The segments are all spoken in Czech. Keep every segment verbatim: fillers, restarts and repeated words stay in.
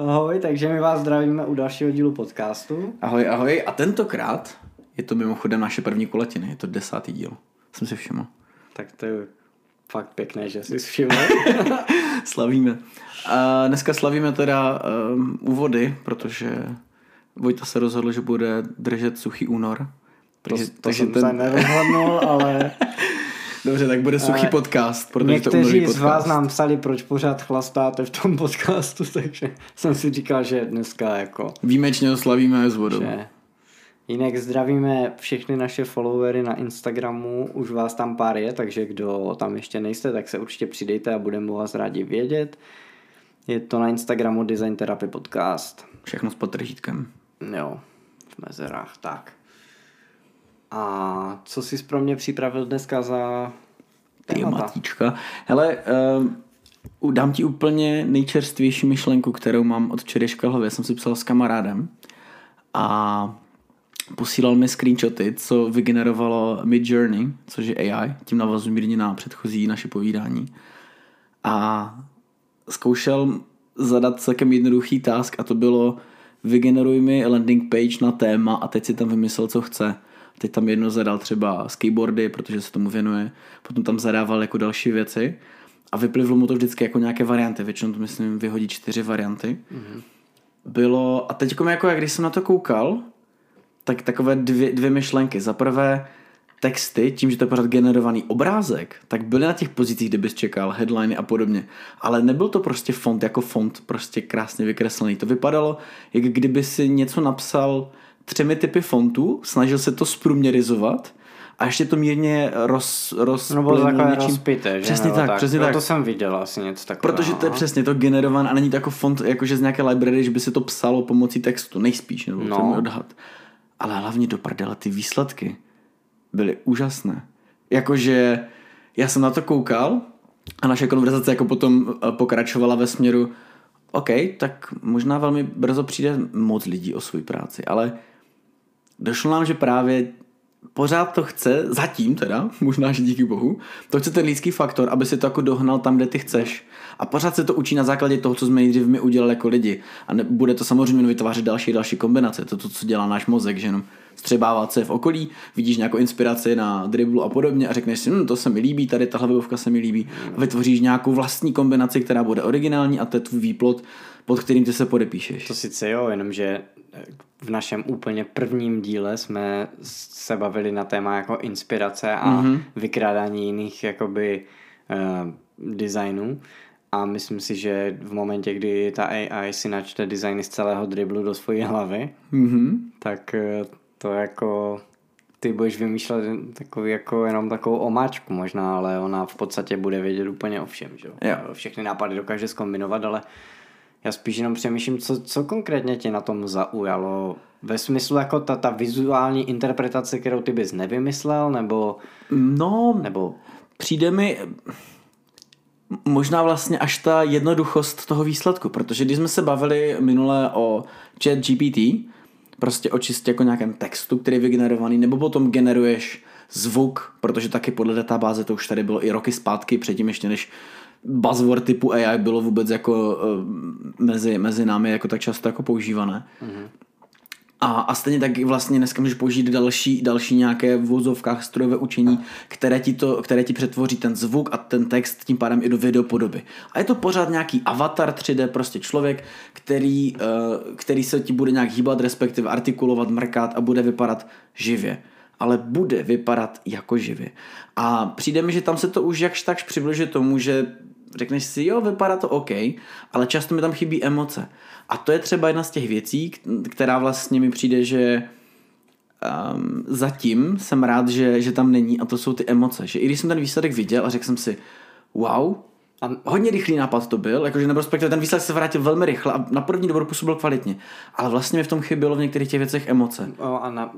Ahoj, takže my vás zdravíme u dalšího dílu podcastu. Ahoj, ahoj. A tentokrát je to mimochodem naše první kulatiny, je to desátý díl. Jsem si všiml. Tak to je fakt pěkné, že jsi všiml. Slavíme. A dneska slavíme teda um, úvody, protože Vojta se rozhodl, že bude držet suchý únor. Takže, to, to takže jsem ten... se nerozhodnul, ale... Dobře, tak bude suchý ale podcast, protože někteří to z vás nám psali, proč pořád chlastáte v tom podcastu, takže jsem si říkal, že dneska jako... Výjimečně oslavíme s vodou. Že... Jinak zdravíme všechny naše followery na Instagramu, už vás tam pár je, takže kdo tam ještě nejste, tak se určitě přidejte a budeme vás rádi vědět. Je to na Instagramu Design Therapy Podcast. Všechno s podtržítkem. Jo, v mezerách, tak. A co jsi pro mě připravil dneska za tématíčka? Hele, uh, dám ti úplně nejčerstvější myšlenku, kterou mám od včerejška v hlavě. Jsem si psal s kamarádem a posílal mi screenshoty, co vygenerovalo Midjourney, což je A I, tím navazuji mírně na předchozí naše povídání. A zkoušel zadat celkem jednoduchý task a to bylo vygeneruj mi landing page na téma a teď si tam vymyslel, co chce. Teď tam jedno zadal třeba skateboardy, protože se tomu věnuje, potom tam zadával jako další věci a vyplivlo mu to vždycky jako nějaké varianty, většinou to myslím vyhodí čtyři varianty. Mm-hmm. Bylo, a teď jako jak když jsem na to koukal, tak takové dvě, dvě myšlenky. Za prvé texty, tím, že to je pořád generovaný obrázek, tak byly na těch pozicích, kde bys čekal, headliny a podobně. Ale nebyl to prostě font jako font, prostě krásně vykreslený. To vypadalo, jak kdyby si něco napsal třemi typy fontů, snažil se to zprůměrizovat a ještě to mírně roz, roz no bylo takové rozpité, že? Přesně tak, tak, přesně no, tak. To jsem viděl asi něco takového. Protože to je přesně to generované a není to jako font, jakože z nějaké library, že by se to psalo pomocí textu, nejspíš, nebo no. To odhad. Ale hlavně do prdele ty výsledky byly úžasné. Jakože já jsem na to koukal a naše konverzace jako potom pokračovala ve směru OK, tak možná velmi brzo přijde moc lidí o svou práci, ale došlo nám, že právě pořád to chce, zatím teda, možná, že díky bohu, to chce ten lidský faktor, aby si to jako dohnal tam, kde ty chceš. A pořád se to učí na základě toho, co jsme nejdřív my udělali jako lidi. A ne, bude to samozřejmě vytvářet další další kombinace. To je to, co dělá náš mozek, že jenom střebávat se v okolí, vidíš nějakou inspiraci na driblu a podobně a řekneš si, hm, to se mi líbí, tady tahle webovka se mi líbí. A vytvoříš nějakou vlastní kombinaci, která bude originální a to je tvůj výplod, pod kterým ty se podepíšeš. To sice jo, jenomže v našem úplně prvním díle jsme se bavili na téma jako inspirace a mm-hmm. vykrádání jiných jakoby uh, designů a myslím si, že v momentě, kdy ta A I si načte designy z celého driblu do svojí hlavy, mm-hmm. tak uh, to jako ty budeš vymýšlet takový jako jenom takovou omáčku možná, ale ona v podstatě bude vědět úplně o všem, že jo? Všechny nápady dokáže zkombinovat, ale já spíš jenom přemýšlím, co, co konkrétně tě na tom zaujalo. Ve smyslu jako ta, ta vizuální interpretace, kterou ty bys nevymyslel, nebo... No, nebo přijde mi možná vlastně až ta jednoduchost toho výsledku, protože když jsme se bavili minule o ChatGPT, prostě o čistě jako nějakém textu, který je vygenerovaný, nebo potom generuješ zvuk, protože taky podle databáze to už tady bylo i roky zpátky, předtím ještě než buzzword typu A I bylo vůbec jako uh, mezi, mezi námi jako tak často jako používané. Mm-hmm. A, a stejně tak vlastně dneska můžeš použít další, další nějaké v vozovkách strojové učení, které ti, to, které ti přetvoří ten zvuk a ten text tím pádem i do videopodoby. A je to pořád nějaký avatar tři dé, prostě člověk, který, uh, který se ti bude nějak hýbat, respektive artikulovat, mrkat a bude vypadat živě. Ale bude vypadat jako živě. A přijde mi, že tam se to už jakž takž přibližuje tomu, že řekneš si, jo, vypadá to OK, ale často mi tam chybí emoce. A to je třeba jedna z těch věcí, která vlastně mi přijde, že um, zatím jsem rád, že, že tam není a to jsou ty emoce. Že i když jsem ten výsledek viděl a řekl jsem si, wow, a hodně rychlý nápad to byl, jakože nebo respektive ten výsledek se vrátil velmi rychle a na první dobu působil kvalitně. Ale vlastně mi v tom chybělo v některých těch věcech emoce. O, a na...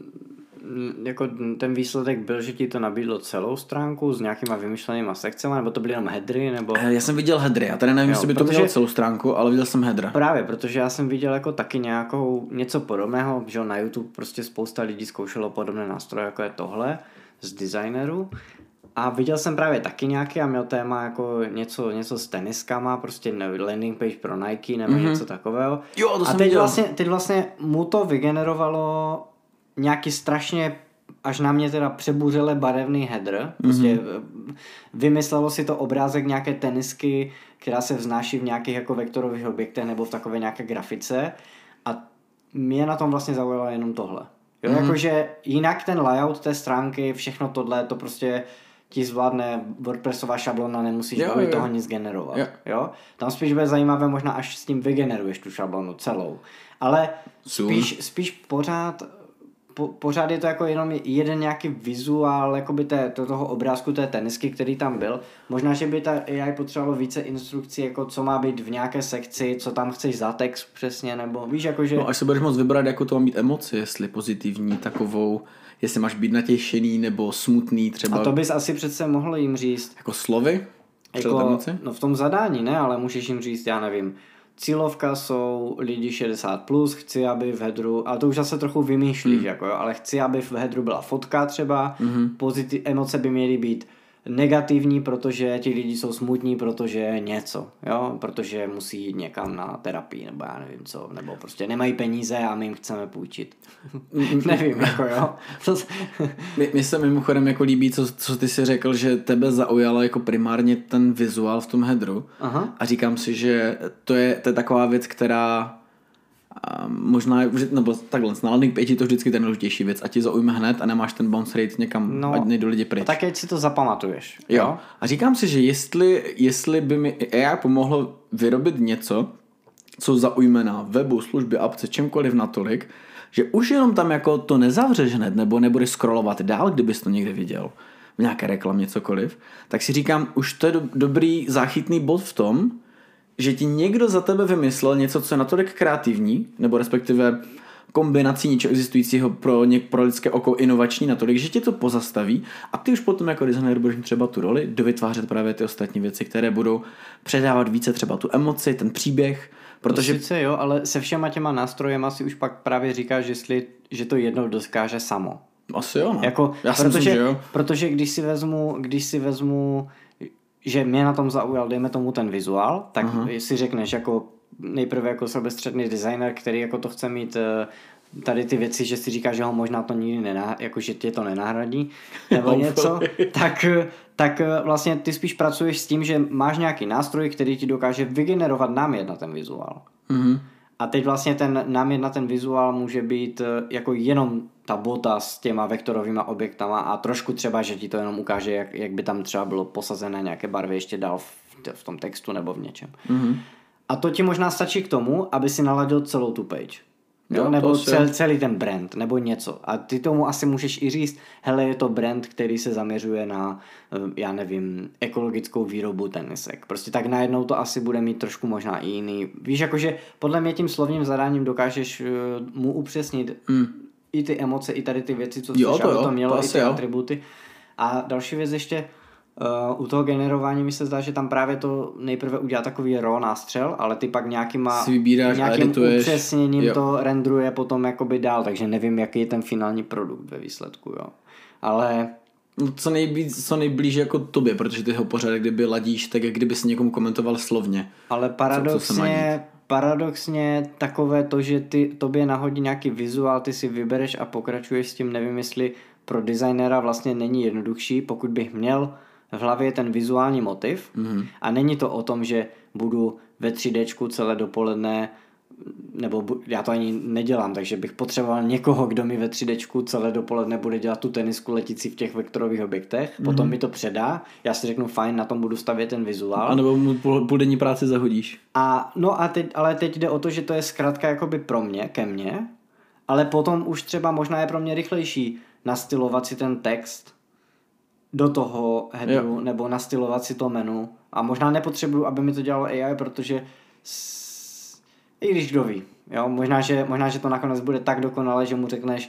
jako ten výsledek byl, že ti to nabídlo celou stránku s nějakýma vymyšlenýma sekcemi, nebo to byly jenom headry, nebo... Já jsem viděl headry, já tady nevím, jestli by to bylo celou stránku, ale viděl jsem headra. Právě, protože já jsem viděl jako taky nějakou, něco podobného, že na YouTube prostě spousta lidí zkoušelo podobné nástroje, jako je tohle, z designerů a viděl jsem právě taky nějaký a měl téma jako něco, něco s teniskama, prostě landing page pro Nike nebo mm-hmm. něco takového. Jo, to a jsem teď viděl. vlastně, teď vlastně mu to vygenerovalo nějaký strašně až na mě teda přebuřele barevný header. Prostě mm-hmm. vymyslelo si to obrázek nějaké tenisky, která se vznáší v nějakých jako vektorových objektech nebo v takové nějaké grafice a mě na tom vlastně zaujalo jenom tohle. Jo, mm-hmm. jakože jinak ten layout té stránky, všechno tohle, to prostě ti zvládne WordPressová šablona, nemusíš jo, jo. toho nic generovat. Jo. Jo? Tam spíš bude zajímavé možná, až s tím vygeneruješ tu šablonu celou. Ale spíš, spíš pořád po, pořád je to jako jenom jeden nějaký vizuál jakoby té, to, toho obrázku té tenisky, který tam byl. Možná, že by ta A I potřebovalo více instrukcí, jako co má být v nějaké sekci, co tam chceš za text přesně, nebo víš, jakože... No až se budeš moct vybrat, jako to má mít emoci, jestli pozitivní, takovou, jestli máš být natěšený nebo smutný třeba. A to bys asi přece mohl jim říct. Jako slovy? Jako, no v tom zadání ne, ale můžeš jim říct, já nevím, cílovka jsou lidi šedesát plus, chci, aby v headru, ale to už zase trochu vymýšlíš, mm. jako jo, ale chci, aby v headru byla fotka třeba, mm-hmm. pozitiv, emoce by měly být negativní, protože ti lidi jsou smutní, protože něco, jo, protože musí jít někam na terapii, nebo já nevím co, nebo prostě nemají peníze a my jim chceme půjčit. Nevím, jako jo. Mně se mimochodem jako líbí, co, co ty si řekl, že tebe zaujalo jako primárně ten vizuál v tom headru. Aha. A říkám si, že to je, to je taková věc, která a možná, nebo takhle, na landing page je to vždycky ten nejdůležitější věc a ti zaujme hned a nemáš ten bounce rate někam, no, ať nejdu lidi pryč. Tak ať si to zapamatuješ. Jo. jo. A říkám si, že jestli, jestli by mi A I pomohlo vyrobit něco, co zaujme na webu, službě, apce, čemkoliv natolik, že už jenom tam jako to nezavřeš hned, nebo nebudeš scrollovat dál, kdybys to někde viděl, v nějaké reklamě, cokoliv, tak si říkám, už to je do, dobrý záchytný bod v tom, že ti někdo za tebe vymyslel něco, co je natolik kreativní, nebo respektive kombinací něčeho existujícího pro, něk, pro lidské oko inovační natolik, že tě to pozastaví a ty už potom jako designer budeš mít třeba tu roli dovytvářet právě ty ostatní věci, které budou předávat více třeba tu emoci, ten příběh, protože... To sice jo, ale se všema těma nástrojema si už pak právě říkáš, jestli, že to jednou dokáže samo. Asi jo, no. Jako, Já protože, myslím, že jo. Protože když si vezmu, když si vezmu že mě na tom zaujal, dejme tomu ten vizuál, tak uh-huh. si řekneš jako nejprve jako sebestředný designer, který jako to chce mít tady ty věci, že si říká, že ho možná to nikdy nená, jako že tě to nenahradí nebo něco, tak, tak vlastně ty spíš pracuješ s tím, že máš nějaký nástroj, který ti dokáže vygenerovat námět na ten vizuál. Uh-huh. A teď vlastně ten námět na ten vizuál může být jako jenom ta bota s těma vektorovýma objektama a trošku třeba, že ti to jenom ukáže, jak, jak by tam třeba bylo posazené nějaké barvy ještě dál v, v tom textu nebo v něčem. Mm-hmm. A to ti možná stačí k tomu, aby si naladil celou tu page. Jo, nebo cel, celý ten brand, nebo něco. A ty tomu asi můžeš i říct, hele, je to brand, který se zaměřuje na, já nevím, ekologickou výrobu tenisek. Prostě tak najednou to asi bude mít trošku možná i jiný. Víš, jakože podle mě tím slovním zadáním dokážeš mu upřesnit mm. i ty emoce, i tady ty věci, co jo, chceš, to aby jo, to mělo, to i ty jo. atributy. A další věc ještě, Uh, u toho generování mi se zdá, že tam právě to nejprve udělá takový raw nástřel, ale ty pak nějakýma, nějakým upřesněním jo. to rendruje potom jakoby dál, takže nevím, jaký je ten finální produkt ve výsledku, jo. Ale... No, co, nejblíž, co nejblíž jako tobě, protože ty ho pořád kdyby ladíš, tak jak kdyby si někomu komentoval slovně. Ale paradoxně, paradoxně takové to, že ty tobě nahodí nějaký vizuál, ty si vybereš a pokračuješ s tím, nevím, jestli pro designera vlastně není jednodušší, pokud bych měl v hlavě ten vizuální motiv mm-hmm. a není to o tom, že budu ve tři déčku celé dopoledne, nebo bu- já to ani nedělám, takže bych potřeboval někoho, kdo mi ve tři déčku celé dopoledne bude dělat tu tenisku letící v těch vektorových objektech, mm-hmm. potom mi to předá, já si řeknu fajn, na tom budu stavět ten vizuál. A nebo mu půl denní práci zahodíš. A no a teď, ale teď jde o to, že to je zkrátka jakoby pro mě, ke mně, ale potom už třeba možná je pro mě rychlejší nastylovat si ten text do toho headeru, nebo nastylovat si to menu. A možná nepotřebuju, aby mi to dělalo A I, protože s... i když kdo ví. Jo? Možná, že, možná, že to nakonec bude tak dokonale, že mu řekneš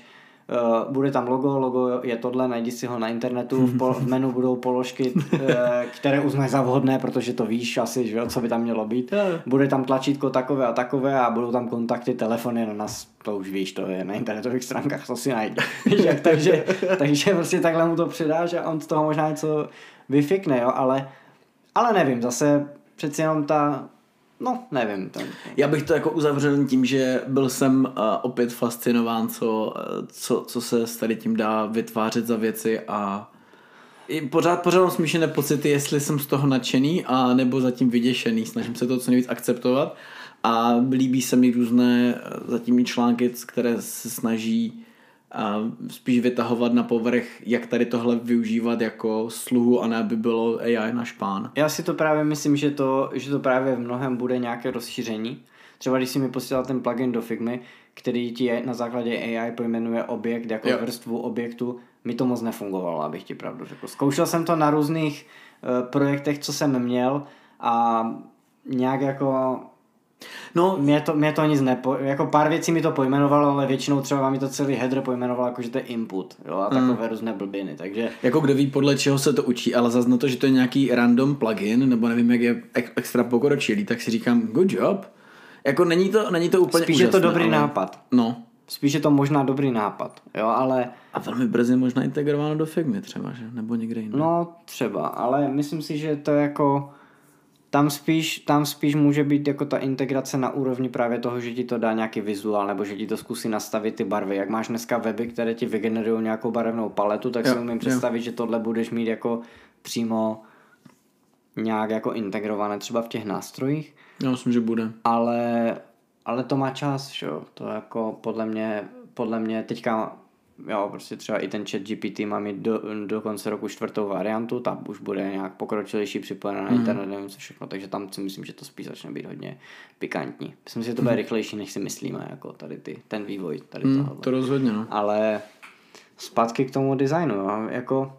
Uh, bude tam logo, logo je tohle, najdi si ho na internetu, v, pol, v menu budou položky, uh, které uznáš za vhodné, protože to víš asi, že jo, co by tam mělo být. Bude tam tlačítko takové a takové a budou tam kontakty, telefony na nás, to už víš, to je na internetových stránkách, to si najde. takže, takže prostě takhle mu to přidáš a on z toho možná něco vyfikne, jo, ale, ale nevím, zase přeci jenom ta No, nevím. Ten, ten. Já bych to jako uzavřel tím, že byl jsem uh, opět fascinován, co, co, co se s tady tím dá vytvářet za věci a i pořád, pořád mám smíšené pocity, jestli jsem z toho nadšený a nebo zatím vyděšený. Snažím se to co nejvíc akceptovat a líbí se mi různé zatím i články, které se snaží a spíš vytahovat na povrch, jak tady tohle využívat jako sluhu a ne aby bylo A I náš pán. Já si to právě myslím, že to, že to právě v mnohem bude nějaké rozšíření. Třeba když si mi posílal ten plugin do Figmy, který ti na základě A I pojmenuje objekt jako jo. vrstvu objektu, mi to moc nefungovalo, abych ti pravdu řekl. Zkoušel jsem to na různých uh, projektech, co jsem měl a nějak jako... No, mě to, mě to nic nepo... Jako pár věcí mi to pojmenovalo, ale většinou třeba mi to celý header pojmenoval jako, že to je input, jo, a takové mm. různé blbiny, takže... Jako kdo ví, podle čeho se to učí, ale zazna to, že to je nějaký random plugin, nebo nevím, jak je extra pokročilý, tak si říkám, good job. Jako není to, není to úplně Spíš úžasné, je to dobrý ale... nápad. No. Spíš je to možná dobrý nápad, jo, ale... A velmi brzy možná integrováno do Figmy třeba, že? Nebo někde jinde. No, třeba, ale myslím si, že to jako... Tam spíš, tam spíš může být jako ta integrace na úrovni právě toho, že ti to dá nějaký vizuál, nebo že ti to zkusí nastavit ty barvy. Jak máš dneska weby, které ti vygenerují nějakou barevnou paletu, tak jo, si umím představit, jo. že tohle budeš mít jako přímo nějak jako integrované třeba v těch nástrojích. Já myslím, že bude. Ale, ale to má čas, jo. To jako podle mě, podle mě teďka... Jo, prostě třeba i ten ChatGPT má mít do, do konce roku čtvrtou variantu, tam už bude nějak pokročilejší, připojená na mm. internet, nevím co všechno, takže tam si myslím, že to spíš začne být hodně pikantní. Myslím si, že to bude mm. rychlejší, než si myslíme, jako tady ty, ten vývoj tady mm, tohohle. To rozhodně, no. Ale zpátky k tomu designu, jo, jako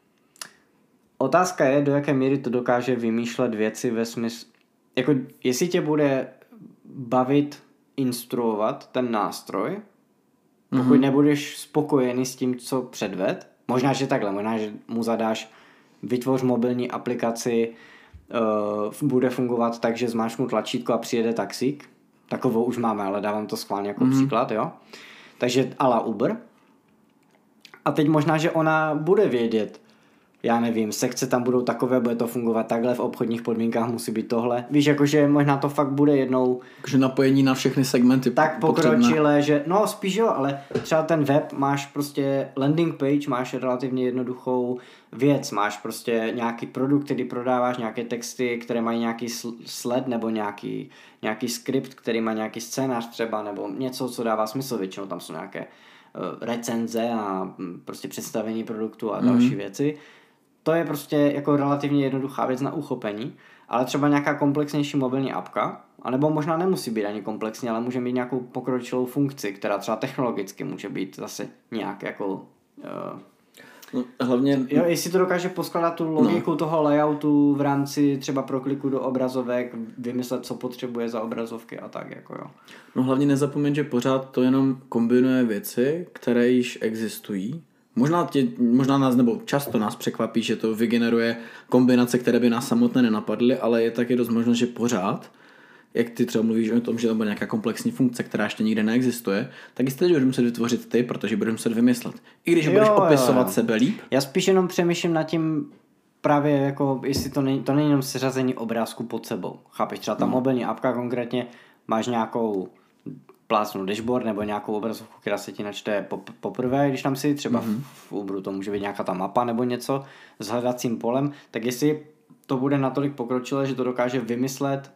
otázka je, do jaké míry to dokáže vymýšlet věci ve smyslu, jako jestli tě bude bavit instruovat ten nástroj, pokud mm-hmm. nebudeš spokojený s tím, co předved, možná, že takhle, možná, že mu zadáš vytvoř mobilní aplikaci, uh, bude fungovat tak, že zmáčknu tlačítko a přijede taxík, takovou už máme, ale dávám to schválně jako mm-hmm. příklad, jo. Takže a la Uber. A teď možná, že ona bude vědět, já nevím, sekce tam budou takové, bude to fungovat takhle, v obchodních podmínkách musí být tohle. Víš, jakože možná to fakt bude jednou... Takže napojení na všechny segmenty tak pokročilé, že no spíš jo, ale třeba ten web máš prostě landing page, máš relativně jednoduchou věc, máš prostě nějaký produkt, který prodáváš, nějaké texty, které mají nějaký sled nebo nějaký, nějaký skript, který má nějaký scénář třeba, nebo něco, co dává smysl, většinou tam jsou nějaké uh, recenze a prostě představení produktu a další mm. věci. To je prostě jako relativně jednoduchá věc na uchopení, ale třeba nějaká komplexnější mobilní apka, anebo možná nemusí být ani komplexní, ale může mít nějakou pokročilou funkci, která třeba technologicky může být zase nějak jako... Uh, no, hlavně... Jo, jestli to dokáže poskládat tu logiku no. toho layoutu v rámci třeba prokliku do obrazovek, vymyslet, co potřebuje za obrazovky a tak, jako jo. No hlavně nezapomeň, že pořád to jenom kombinuje věci, které již existují. Možná, tě, možná nás, nebo často nás překvapí, že to vygeneruje kombinace, které by nás samotné nenapadly, ale je taky dost možnost, že pořád, jak ty třeba mluvíš o tom, že to bude nějaká komplexní funkce, která ještě nikde neexistuje, tak jistě budeš muset vytvořit ty, protože budeš muset vymyslet. I když jo, budeš opisovat jo, jo. sebe líp. Já spíš jenom přemýšlím nad tím právě jako, jestli to není, to není jenom seřazení obrázku pod sebou. Chápeš, třeba ta hmm. mobilní apka konkrétně, máš nějakou plácnu dashboard nebo nějakou obrazovku, která se ti načte poprvé, když tam si třeba mm-hmm. v Uberu to může být nějaká ta mapa nebo něco s hledacím polem, tak jestli to bude natolik pokročilé, že to dokáže vymyslet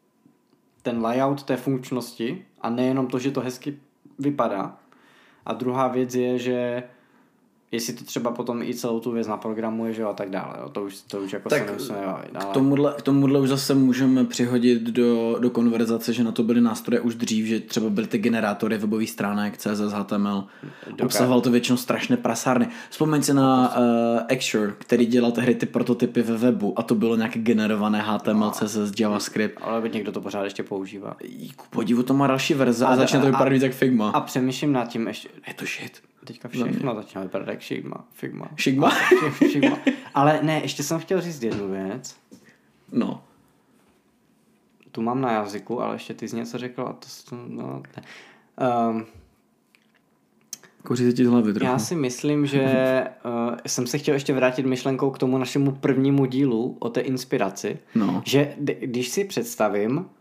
ten layout té funkčnosti a nejenom to, že to hezky vypadá. A druhá věc je, že jestli to třeba potom i celou tu věc naprogramuje, že jo, a tak dále. Jo. To už, to už jako tak se nemusíme bavit. Ale... K tomuhle, k tomuhle už zase můžeme přihodit do, do konverzace, že na to byly nástroje už dřív, že třeba byly ty generátory webových stránek, C S S, H T M L. Dokáže. Obsahoval to většinou strašné prasárny. Vzpomeň si na uh, Axure, který dělal tehdy ty prototypy ve webu a to bylo nějaké generované H T M L, no. C S S, JavaScript. Ale někdo to pořád ještě používá. Ku podivu to má další verze a, a začne to vypadat víc jak Figma. A přemýšlím nad tím ještě. Je to shit. teďka všechno začíná vypadat jak Figma. Figma. Figma? Figma. Ale ne, ještě jsem chtěl říct jednu věc. No. Tu mám na jazyku, ale ještě ty jsi něco řekl a to... No, ne. Um, Kouří se ti z hlavy trochu. Já si myslím, že uh, jsem se chtěl ještě vrátit myšlenkou k tomu našemu prvnímu dílu o té inspiraci. No. Že d- když si představím uh,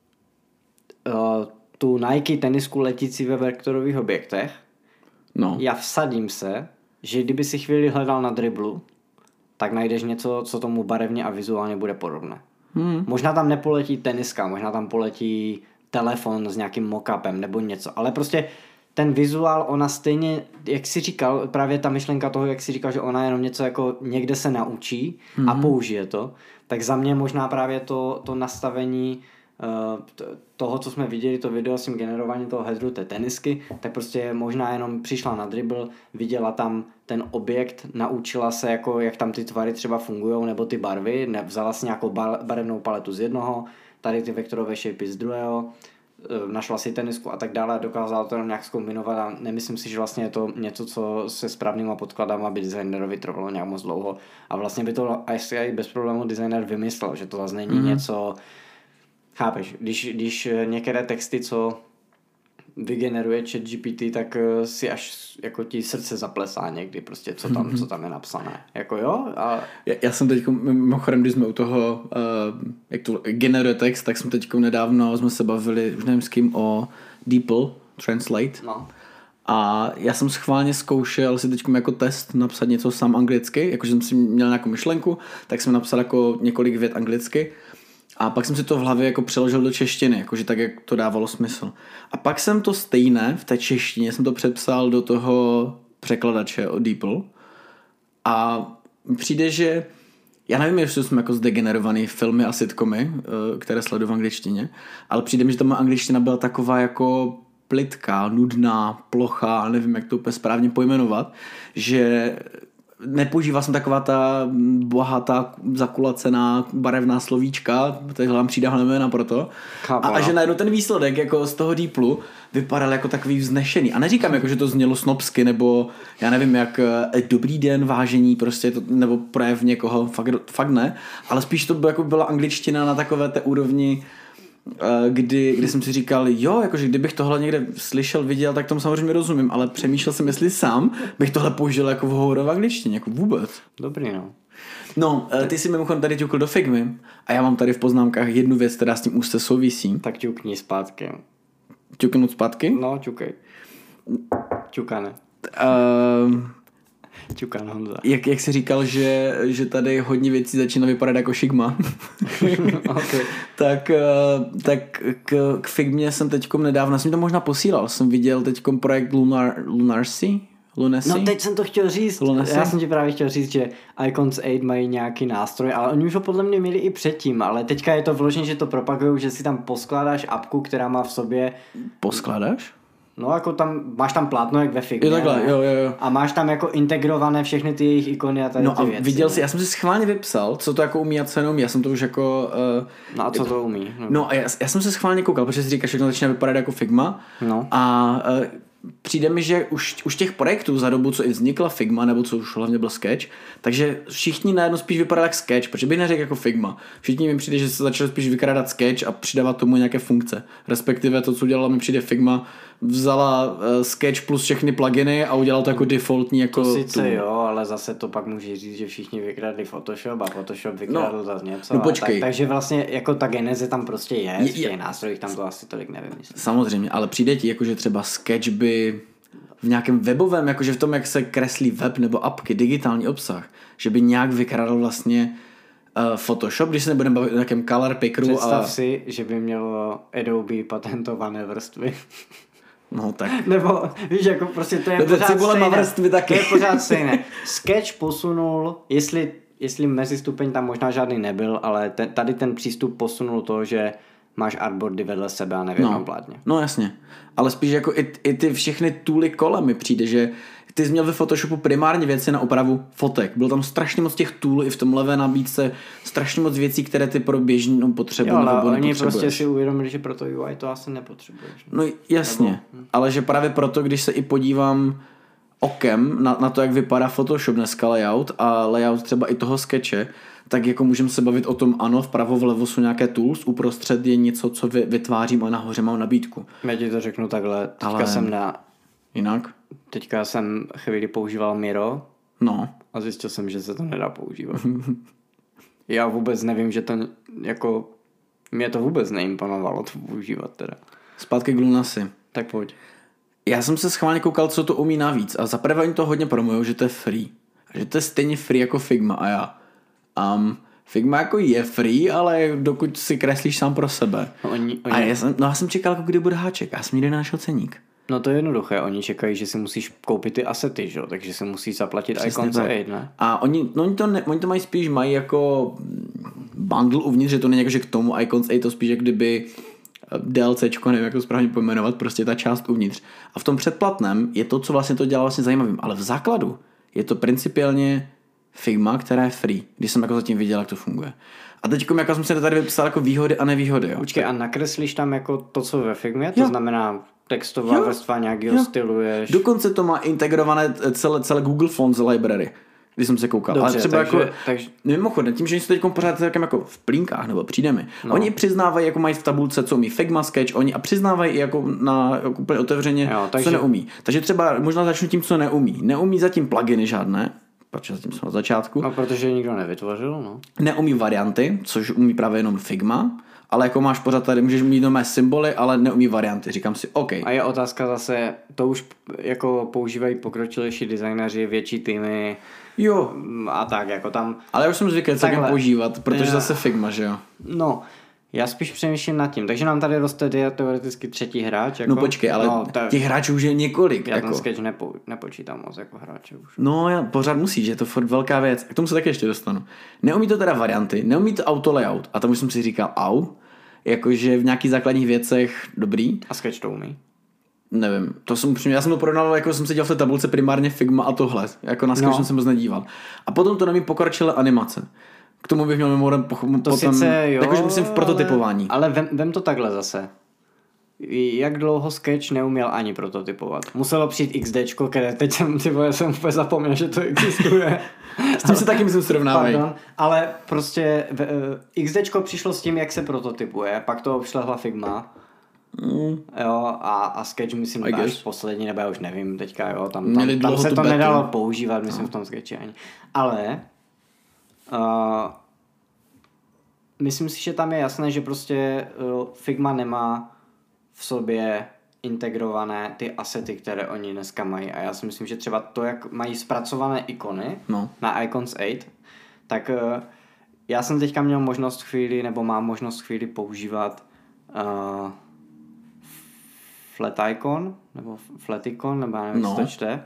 tu Nike tenisku letící ve vektorových objektech, no. já vsadím se, že kdyby si chvíli hledal na driblu, tak najdeš něco, co tomu barevně a vizuálně bude podobné. Hmm. Možná tam nepoletí teniska, možná tam poletí telefon s nějakým mock-upem nebo něco, ale prostě ten vizuál, ona stejně, jak jsi říkal, právě ta myšlenka toho, jak jsi říkal, že ona jenom něco jako někde se naučí mm-hmm. a použije to, tak za mě možná právě to, to nastavení uh, toho, co jsme viděli, to video s tím generováním toho headeru té tenisky, tak prostě možná jenom přišla na dribble, viděla tam ten objekt, naučila se, jako, jak tam ty tvary třeba fungují, nebo ty barvy, ne, vzala si nějakou barevnou paletu z jednoho, tady ty vektorové shapey z druhého, našla si tenisku a tak dále a dokázala to jenom nějak zkombinovat a nemyslím si, že vlastně je to něco, co se správnýma podkladama by designerovi trvalo nějak moc dlouho a vlastně by to asi i bez problému designer vymyslel, že to zase není mm. něco, chápeš, když, když některé texty, co vygeneruje ChatGPT, tak si až jako ti srdce zaplesá někdy prostě, co tam, co tam je napsané. Jako jo? A... Já, já jsem teď, mimochodem, když jsme u toho, uh, jak to generuje text, tak jsme teď nedávno jsme se bavili, už nevím s kým, o DeepL, Translate. No. A já jsem schválně zkoušel si teď jako test napsat něco sám anglicky, jakože jsem si měl nějakou myšlenku, tak jsem napsal jako několik vět anglicky. A pak jsem si to v hlavě jako přeložil do češtiny, jakože tak, jak to dávalo smysl. A pak jsem to stejné v té češtině, jsem to přepsal do toho překladače od DeepL. A přijde, že já nevím, jestli jsme jako zdegenerovaný filmy a sitcomy, které sleduju v angličtině, ale přijde mi, že ta má angličtina byla taková jako plitká, nudná, plochá, nevím, jak to úplně správně pojmenovat, že nepoužíval jsem taková ta bohatá, zakulacená, barevná slovíčka, takže vám přijde jména pro to. A, a že najednou ten výsledek jako z toho DeepLu vypadal jako takový vznešený. A neříkám, jako, že to znělo snobsky, nebo já nevím, jak dobrý den, vážení, prostě to, nebo projev někoho, fakt, fakt ne, ale spíš to jako byla angličtina na takové té úrovni, Kdy, kdy jsem si říkal, jo, jakože kdybych tohle někde slyšel, viděl, tak tomu samozřejmě rozumím, ale přemýšlel jsem, jestli sám bych tohle použil jako v hovoru v angličtině, jako vůbec. Dobrý, no. No, ty si mimochodem tady ťukl do Figmy a já mám tady v poznámkách jednu věc, která s tím úzce souvisí. Tak ťukni zpátky. Ťuknout zpátky? No, ťukej. Ťukane. Uh, Ťukan Honza. Jak, jak jsi říkal, že, že tady hodně věcí začíná vypadat jako Figma. Okay. tak, tak k, k Figmě jsem teďkom nedávno, jsem to možná posílal, jsem viděl teďkom projekt Lunar, Lunarcy? Lunacy? No teď jsem to chtěl říct, Lunacy? Já jsem ti právě chtěl říct, že Icons osm mají nějaký nástroj, ale oni už ho podle mě měli i předtím, ale teďka je to vložen, že to propagujou, že si tam poskládáš apku, která má v sobě... Poskládáš? No jako tam, máš tam plátno jak ve Figmě. Jo, takhle, jo, jo, jo. A máš tam jako integrované všechny ty jejich ikony a tady no ty a věci. viděl jsi, já jsem si schválně vypsal, co to jako umí a co jenom, já jsem to už jako... Uh, no a co to umí? No, no a já, já jsem se schválně koukal, protože si říkáš, že to začíná vypadat jako Figma. No. A uh, přijde mi, že už, už těch projektů za dobu, co i vznikla Figma, nebo co už hlavně byl Sketch, takže všichni najednou spíš vypadali jak Sketch, protože bych neřekl jako Figma. Všichni mi přijde, že se začali spíš vykrádat Sketch a přidávat tomu nějaké funkce. Respektive to, co udělala mi přijde Figma, vzala uh, Sketch plus všechny pluginy a udělala to jako defaultní jako... To sice tu. Jo, ale zase to pak může říct, že všichni vykradli Photoshop a Photoshop vykradl no, zase něco. No počkej. Tak, takže vlastně jako ta geneze tam prostě je, je v těch nástrojích tam to asi tolik nevymyslí. Samozřejmě, ale přijde ti jako, že třeba Sketch by v nějakém webovém, jakože v tom, jak se kreslí web nebo apky, digitální obsah, že by nějak vykradl vlastně uh, Photoshop, když se nebudeme bavit o nějakém color pickeru. Představ a... si, že by mělo Adobe patentované vrstvy. No tak. Nebo víš, jako prostě to je Dobře, pořád stejné. Vrstvy taky. To je pořád stejné. Sketch posunul, jestli, jestli mezistupeň tam možná žádný nebyl, ale ten, tady ten přístup posunul to, že máš artboardy vedle sebe a ne v jednom no, plátně. No jasně. Ale spíš jako i, i ty všechny tooly kolem mi přijde, že ty jsi měl ve Photoshopu primárně věci na opravu fotek. Bylo tam strašně moc těch toolů i v tom levé nabídce, strašně moc věcí, které ty pro běžnou potřebu jo, ale nebo oni prostě si uvědomili, že pro to U I to asi nepotřebuješ. No jasně, nebo... ale že právě proto, když se i podívám okem na, na to, jak vypadá Photoshop dneska layout a layout třeba i toho sketche, tak jako můžeme se bavit o tom, ano, vpravo vlevo jsou nějaké tools, uprostřed je něco, co vy, vytvářím a nahoře mám nabídku. Já ti to řeknu takhle, teďka Ale... jsem na... Jinak? Teďka jsem chvíli používal Miro no. a zjistil jsem, že se to nedá používat. Já vůbec nevím, že to jako... Mě to vůbec neimponovalo to používat teda. Zpátky k Lunasi. Tak pojď. Já jsem se schválně koukal, co to umí navíc a zaprvé oni to hodně promujou, že to je free. A že to je stejně free jako Figma a já. Um, Figma jako je free, ale dokud si kreslíš sám pro sebe. No, oni, oni... A já jsem, no já jsem čekal, jako kdy bude háček. Já jsem nikdy nenašel ceník. No to je jednoduché. Oni čekají, že si musíš koupit ty asety, že? Takže si musíš zaplatit Icons osm, ne? A oni, no oni, to ne, oni to mají spíš, mají jako bundle uvnitř, že to není jako, že k tomu Icons osm to spíš jak kdyby DLCčko, nevím, jak to správně pojmenovat, prostě ta část uvnitř. A v tom předplatném je to, co vlastně to dělá vlastně zajímavým. Ale v základu je to principiálně Figma, která je free, když jsem jako zatím viděl, jak to funguje. A teď jako jsem se tady vypsal jako výhody a nevýhody. Jo. Počkej, a nakreslíš tam jako to, co ve Figmě? To jo. znamená textová jo. vrstva, nějakýho jo. styluješ. Dokonce to má integrované celé, celé Google Fonts library, když jsem se koukal. Dobře, ale třeba takže, jako, takže... mimochodem, tím, že jsou teď pořád jako v plínkách, nebo přijde mi. No. Oni přiznávají, jako mají v tabulce, co umí Figma, Sketch, oni a přiznávají jako na jako úplně otevřeně, jo, takže... co neumí. Takže třeba možná začnu tím, co neumí. Neumí zatím pluginy žádné, protože zatím jsme na začátku. No, protože nikdo nevytvořil, no. Neumí varianty, což umí právě jenom Figma, ale jako máš pořád tady, můžeš mít nové symboly, ale neumí varianty. Říkám si, OK. A je otázka zase, to už jako používají pokročilejší designéři, větší týmy. Jo. A tak, jako tam... Ale já už jsem zvyklý celkem používat, protože já... zase Figma, že jo? No, já spíš přemýšlím nad tím. Takže nám tady roste teoreticky třetí hráč. Jako... No počkej, ale no, ta... těch hráčů už je několik. Já jako... ten sketch nepo... nepočítám moc jako hráče už. No, já pořád musíš, že je to furt velká věc. K tomu se taky ještě dostanu. Neumí to teda varianty, neumí to auto layout. A tam už jsem si říkal, au, jakože v nějakých základních věcech dobrý. A sketch to umí? Nevím, to jsem upřímně, já jsem to porovnal, jako jsem se dělal v té tabulce primárně Figma a tohle, jako na sketch no. jsem se moc nedíval. A potom to neumí pokročilé animace. K tomu bych měl mimochodem poch- to potom, sice jo, jakože myslím v prototypování. Ale, ale vem, vem to takhle zase. Jak dlouho sketch neuměl ani prototypovat? Muselo přijít XDčko, které teď jsem, ty vole, jsem úplně zapomněl, že to existuje. S tím se taky myslím srovnávají. Pardon, ale prostě v, uh, XDčko přišlo s tím, jak se prototypuje, pak to obšlehla Figma. Mm. Jo, a, a sketch myslím až poslední, nebo já už nevím teďka, jo, tam, tam, tam se to betu. Nedalo používat, myslím no. v tom sketchi ani. Ale uh, myslím si, že tam je jasné, že prostě uh, Figma nemá v sobě integrované ty asety, které oni dneska mají. A já si myslím, že třeba to, jak mají zpracované ikony no. na Icons osm, tak uh, já jsem teďka měl možnost chvíli, nebo mám možnost chvíli používat uh, flat icon, nebo flat icon, nebo já nevím, no. co to čte.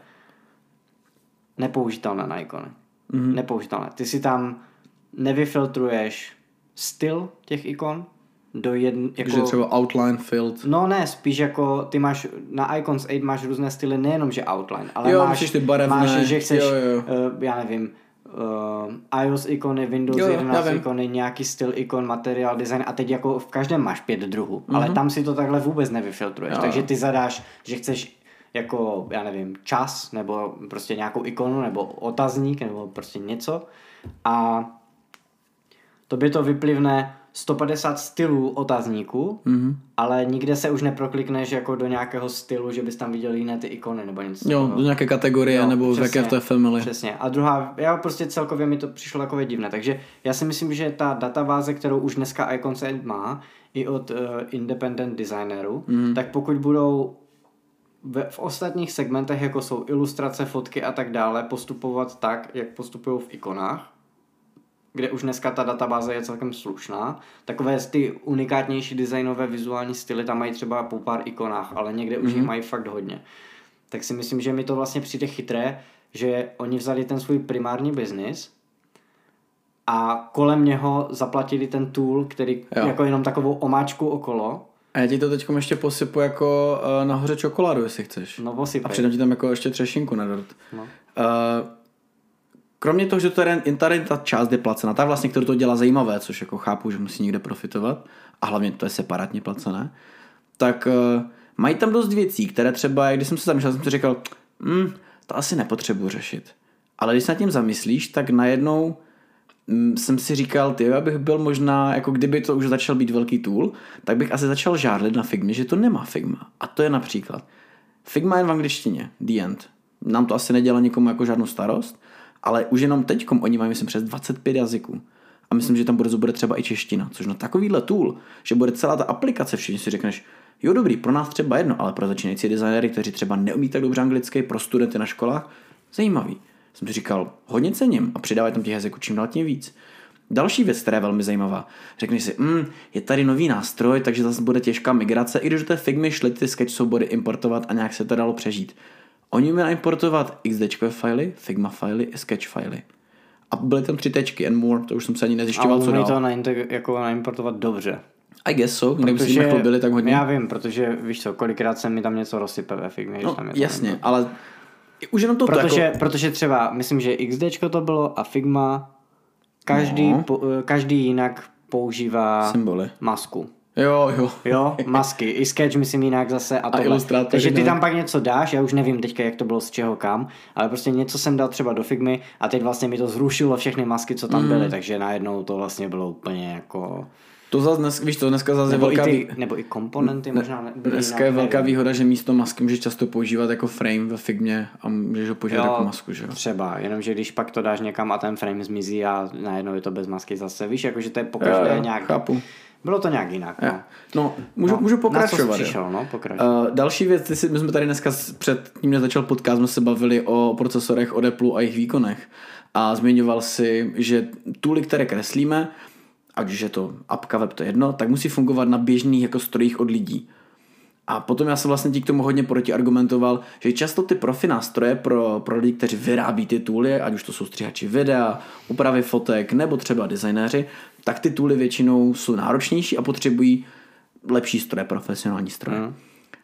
Nepoužitelné na ikony. Mm-hmm. Nepoužitelné. Ty si tam nevyfiltruješ styl těch ikon, do jedn, jako... Takže třeba outline filled. No ne, spíš jako ty máš, na Icons osm máš různé styly, nejenom že outline, ale jo, máš, ty barevné, máš, že chceš, jo, jo. Uh, já nevím, uh, iOS ikony, Windows jo, jedenáct ikony, nějaký styl ikon, materiál, design a teď jako v každém máš pět druhů, mm-hmm. ale tam si to takhle vůbec nevyfiltruješ, jo. Takže ty zadáš, že chceš jako, já nevím, čas, nebo prostě nějakou ikonu, nebo otazník, nebo prostě něco a tobě to vyplivne sto padesát stylů otazníků, mm-hmm. ale nikde se už neproklikneš jako do nějakého stylu, že bys tam viděl jiné ty ikony nebo něco. Jo, do nějaké kategorie jo, nebo přesně, v jaké v té family. Přesně. A druhá, já prostě celkově mi to přišlo takové divné, takže já si myslím, že ta databáze, kterou už dneska Icons osm má i od uh, independent designerů, mm-hmm. tak pokud budou v, v ostatních segmentech, jako jsou ilustrace, fotky a tak dále, postupovat tak, jak postupují v ikonách, kde už dneska ta databáze je celkem slušná. Takové ty unikátnější designové vizuální styly tam mají třeba po pár ikonách, ale někde mm-hmm. už jich mají fakt hodně. Tak si myslím, že mi to vlastně přijde chytré, že oni vzali ten svůj primární biznis a kolem něho zaplatili ten tool, který jo. jako jenom takovou omáčku okolo. A já ti to teď ještě posypu jako uh, nahoře čokoládu, jestli chceš. No posypej. A přidám ti tam jako ještě třešinku na dort. No. Uh, Kromě toho, že to je, tady ta část je placena, ta vlastně, kterou to dělá zajímavé, což jako chápu, že musí někde profitovat a hlavně to je separátně placené, tak uh, mají tam dost věcí, které třeba, když jsem se zamýšlel, jsem si říkal, mm, to asi nepotřebuji řešit. Ale když se nad tím zamyslíš, tak najednou mm, jsem si říkal, ty, abych byl možná, jako kdyby to už začal být velký tool, tak bych asi začal žárlit na Figmě, že to nemá Figma. A to je například Figma jen v angličtině, the end. Nám to asi nedělá nikomu jako žádnou starost, ale už jenom teďkom oni mají, myslím, přes dvacet pět jazyků. A myslím, že tam bude, bude třeba i čeština, což na takovýhle tool, že bude celá ta aplikace, všichni si řekneš, jo dobrý, pro nás třeba jedno, ale pro začínající designéry, kteří třeba neumí tak dobře anglicky, pro studenty na školách, zajímavý. Jsem si říkal, hodně cením a přidávají tam těch jazyků čím dál tím víc. Další věc, která je velmi zajímavá, řekneš si, mm, je tady nový nástroj, takže zase bude těžká migrace, i když do té Figmy šly ty sketch soubory importovat a nějak se to dalo přežít. Oni uměli importovat X D fily, Figma fily i sketch fily. A byly tam tři tečky and more, to už jsem se ani nezjišťoval, co dál. A to nainteg- jako naimportovat dobře. I guess so, kdyby si jim byli tak hodně. Já vím, protože víš co, kolikrát se mi tam něco rozsype ve Figmě. No tam je jasně, tam ale už jenom to protože, jako... protože třeba, myslím, že XDčko to bylo a Figma, každý, no. po, každý jinak používá symboly. masku. Jo, jo. Jo, masky. I sketch myslím jinak zase a, a ilustrátor. Takže ty tam pak něco dáš, já už nevím teďka, jak to bylo z čeho kam, ale prostě něco jsem dal třeba do Figmy a teď vlastně mi to zrušilo všechny masky, co tam mm. byly, takže najednou to vlastně bylo úplně jako... To zase dnes, víš to, dneska zase je velká... Ty, nebo i komponenty ne, možná byly dneska jinak, je velká nevím. Výhoda, že místo masky můžeš často používat jako frame ve Figmě a můžeš ho používat jo, jako masku, že jo? Třeba, jenomže když pak to dáš někam a ten frame zmizí a najednou je to bez masky zase, víš, jakože to je pokaždé nějak... Chápu. Bylo to nějak jinak, no. No, můžu, no, můžu pokračovat. Přišel, no, pokračuj. Uh, další věc, ty si, my jsme tady dneska před tím, než začal podcast, jsme se bavili o procesorech od Apple a jejich výkonech. A zmiňoval si, že tooly, které kreslíme, ať už je to apka, web, to je jedno, tak musí fungovat na běžných jako strojích od lidí. A potom já jsem vlastně ti k tomu hodně protiargumentoval, že často ty profi nástroje pro, pro lidi, kteří vyrábí ty tooly, ať už to jsou stříhači videa, úpravy fotek nebo třeba designéři, tak ty tooly většinou jsou náročnější a potřebují lepší stroje, profesionální stroje. Mm.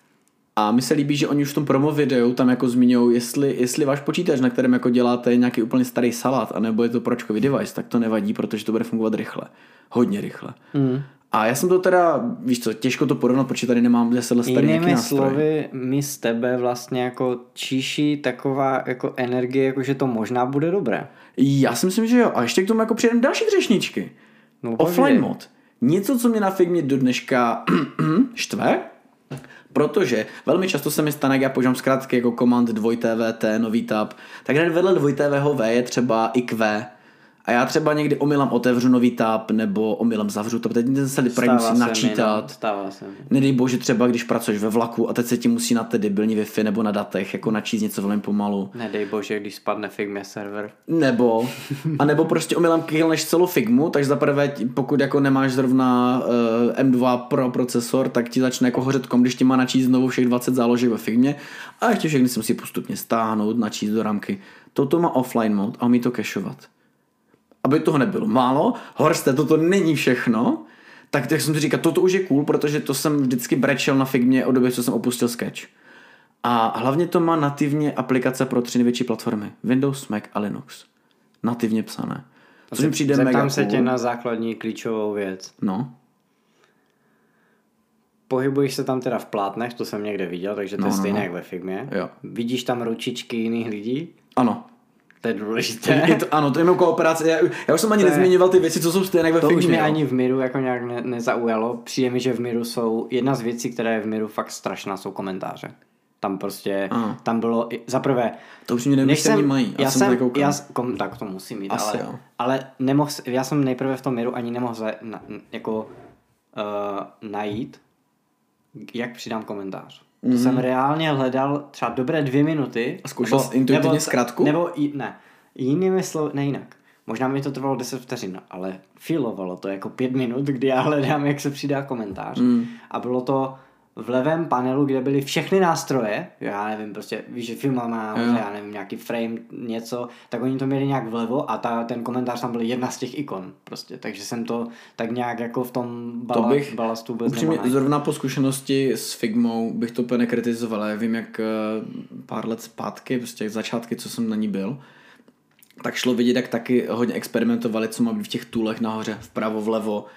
A mi se líbí, že oni už v tom promo videu tam jako zmiňují, jestli, jestli váš počítač, na kterém jako děláte nějaký úplně starý salát, anebo je to pročkový device, tak to nevadí, protože to bude fungovat rychle. Hodně rychle. Mm. A já jsem to teda, víš co, těžko to porovnat, protože tady nemám deset starý nějaký nástroj. Slovy, mi z tebe vlastně jako číší taková jako energie, jako že to možná bude dobré. Já si myslím, že jo. A ještě k tomu jako přijedem další třešničky. No, offline mod. Něco, co mě na Figmě do dneška štve, protože velmi často se mi stane, jak já používám zkrátky jako command dvoj T V T, nový tab, tak hned vedle dvoj T V V je třeba i Q. A já třeba někdy omylem otevřu nový tab nebo omylem zavřu to, teď se lidi musí načítat. Mi, no. Stává se mi. Nedej bože třeba, když pracuješ ve vlaku a teď se ti musí na té debilní Wi-Fi nebo na datech jako načíst něco velmi pomalu. Nedej bože, když spadne Figma server. Nebo, a nebo prostě omylem killneš celou Figmu, takže zaprvé pokud jako nemáš zrovna uh, M dva Pro procesor, tak ti začne jako hořet kom, když ti má načíst znovu všech dvacet záložek ve Figmě a ještě všechny si musí postupně stáhnout, načíst do rámky. Toto má offline mode a umí to cacheovat. Aby toho nebylo málo, Horste, toto není všechno, tak, tak jsem si říkal, toto už je cool, protože to jsem vždycky brečel na Figmě od doby, co jsem opustil Sketch. A hlavně to má nativně aplikace pro tři největší platformy. Windows, Mac a Linux. Nativně psané. Což mi přijde mega cool. Zeptám se tě na základní klíčovou věc. No. Pohybuješ se tam teda v plátnech, to jsem někde viděl, takže to no, je stejné no. jak ve Figmě. Jo. Vidíš tam ručičky jiných lidí? Ano. To je důležité. Je to, ano, to je mnou kooperace. Já, já už jsem ani to nezmiňoval ty věci, co jsou stejné jak ve Figmě. To už mě ani v Miru jako nějak ne, nezaujalo. Přijde mi, že v Miru jsou, jedna z věcí, která je v Miru fakt strašná, jsou komentáře. Tam prostě, Aha. tam bylo, zaprvé. To už mě nevím, že ani mají. Já jsem, já, kom, tak to musím mít, Asi, ale, ale nemohl, já jsem nejprve v tom Miru ani nemohl za, na, jako uh, najít, jak přidám komentář. To mm-hmm. jsem reálně hledal třeba dobré dvě minuty. A zkoušel jsi intuitivně zkratku? Nebo, ne, jinými slovy, ne jinak. Možná mi to trvalo deset vteřin, ale filovalo to jako pět minut, kdy já hledám, jak se přidá komentář. Mm. A bylo to v levém panelu, kde byly všechny nástroje, já nevím, prostě, víš, že film má, yeah. já nevím, nějaký frame, něco, tak oni to měli nějak vlevo a ta, ten komentář tam byl jedna z těch ikon, prostě, takže jsem to tak nějak jako v tom bala, to bych, balastu vůbec upřímně, zrovna po zkušenosti s Figmou bych to úplně nekritizoval, já vím, jak pár let zpátky, prostě začátky, co jsem na ní byl, tak šlo vidět, jak taky hodně experimentovali, co má být v těch toolech nahoře, vpravo, vlevo,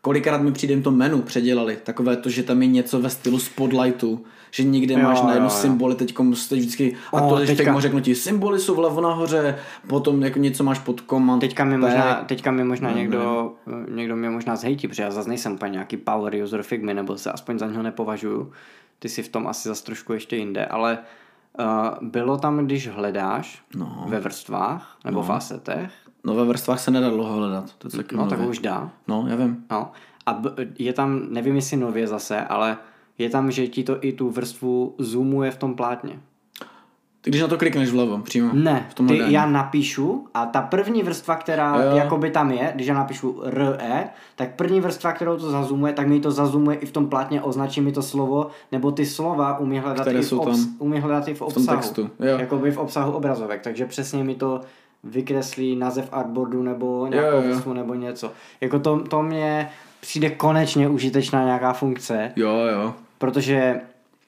Kolikrát mi přijde jim to menu předělali, takové to, že tam je něco ve stylu Spotlightu, že někde jo, máš najednou symboly, teď vždycky, a to o, teďka řeknu ti, symboly jsou vlevo nahoře, potom jako něco máš pod command. Teďka mi možná, teďka mi možná no, někdo, někdo mě možná zhejtí, protože já zase nejsem úplně nějaký power user Figmy, nebo se aspoň za něho nepovažuju. Ty si v tom asi zase trošku ještě jinde, ale uh, bylo tam, když hledáš no. ve vrstvách, nebo no. v asetech. No ve vrstvách se nedá dlouho hledat. To no tak už dá. No, já vím. No. A b- je tam, nevím jestli nově zase, ale je tam, že ti to i tu vrstvu zoomuje v tom plátně. Ty když na to klikneš vlevo, přímo. Ne, v tom ty, já napíšu a ta první vrstva, která jo. jakoby tam je, když já napíšu R E, tak první vrstva, kterou to zazumuje, tak mi to zazumuje i v tom plátně, označí mi to slovo, nebo ty slova umí hledat, i v, obs- umí hledat i v obsahu. V tom textu. Jo. Jakoby v obsahu obrazovek, takže přesně mi to vykreslí název artboardu nebo nějakou vrstvu nebo něco. Jako to, to mě přijde konečně užitečná nějaká funkce. Jo, jo. Protože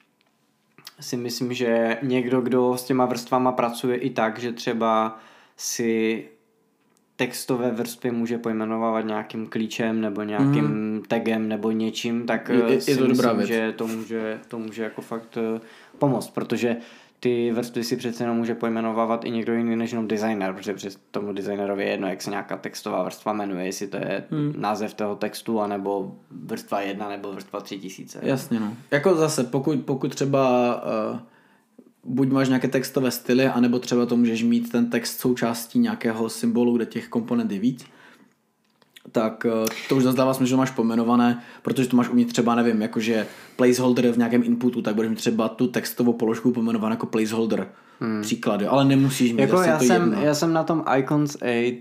si myslím, že někdo, kdo s těma vrstvama pracuje i tak, že třeba si textové vrstvy může pojmenovávat nějakým klíčem nebo nějakým mm. tagem nebo něčím, tak je, si je to myslím, že to může, to může jako fakt pomoct, protože ty vrstvy si přece jenom může pojmenovávat i někdo jiný než jenom designer, protože přes tomu designerovi je jedno, jak se nějaká textová vrstva jmenuje, jestli to je hmm. název toho textu, anebo vrstva jedna, nebo vrstva tři tisíce. Jasně, no. Jako zase, pokud, pokud třeba uh, buď máš nějaké textové styly, anebo třeba to můžeš mít ten text součástí nějakého symbolu, kde těch komponent je víc, tak to už zase dává smysl, že máš pojmenované, protože to máš umět třeba, nevím, jakože placeholder v nějakém inputu, tak budeš mít třeba tu textovou položku pojmenovanou jako placeholder. Hmm. Příklady, ale nemusíš mít jako asi já to jsem, jedno. Já jsem na tom Icons osm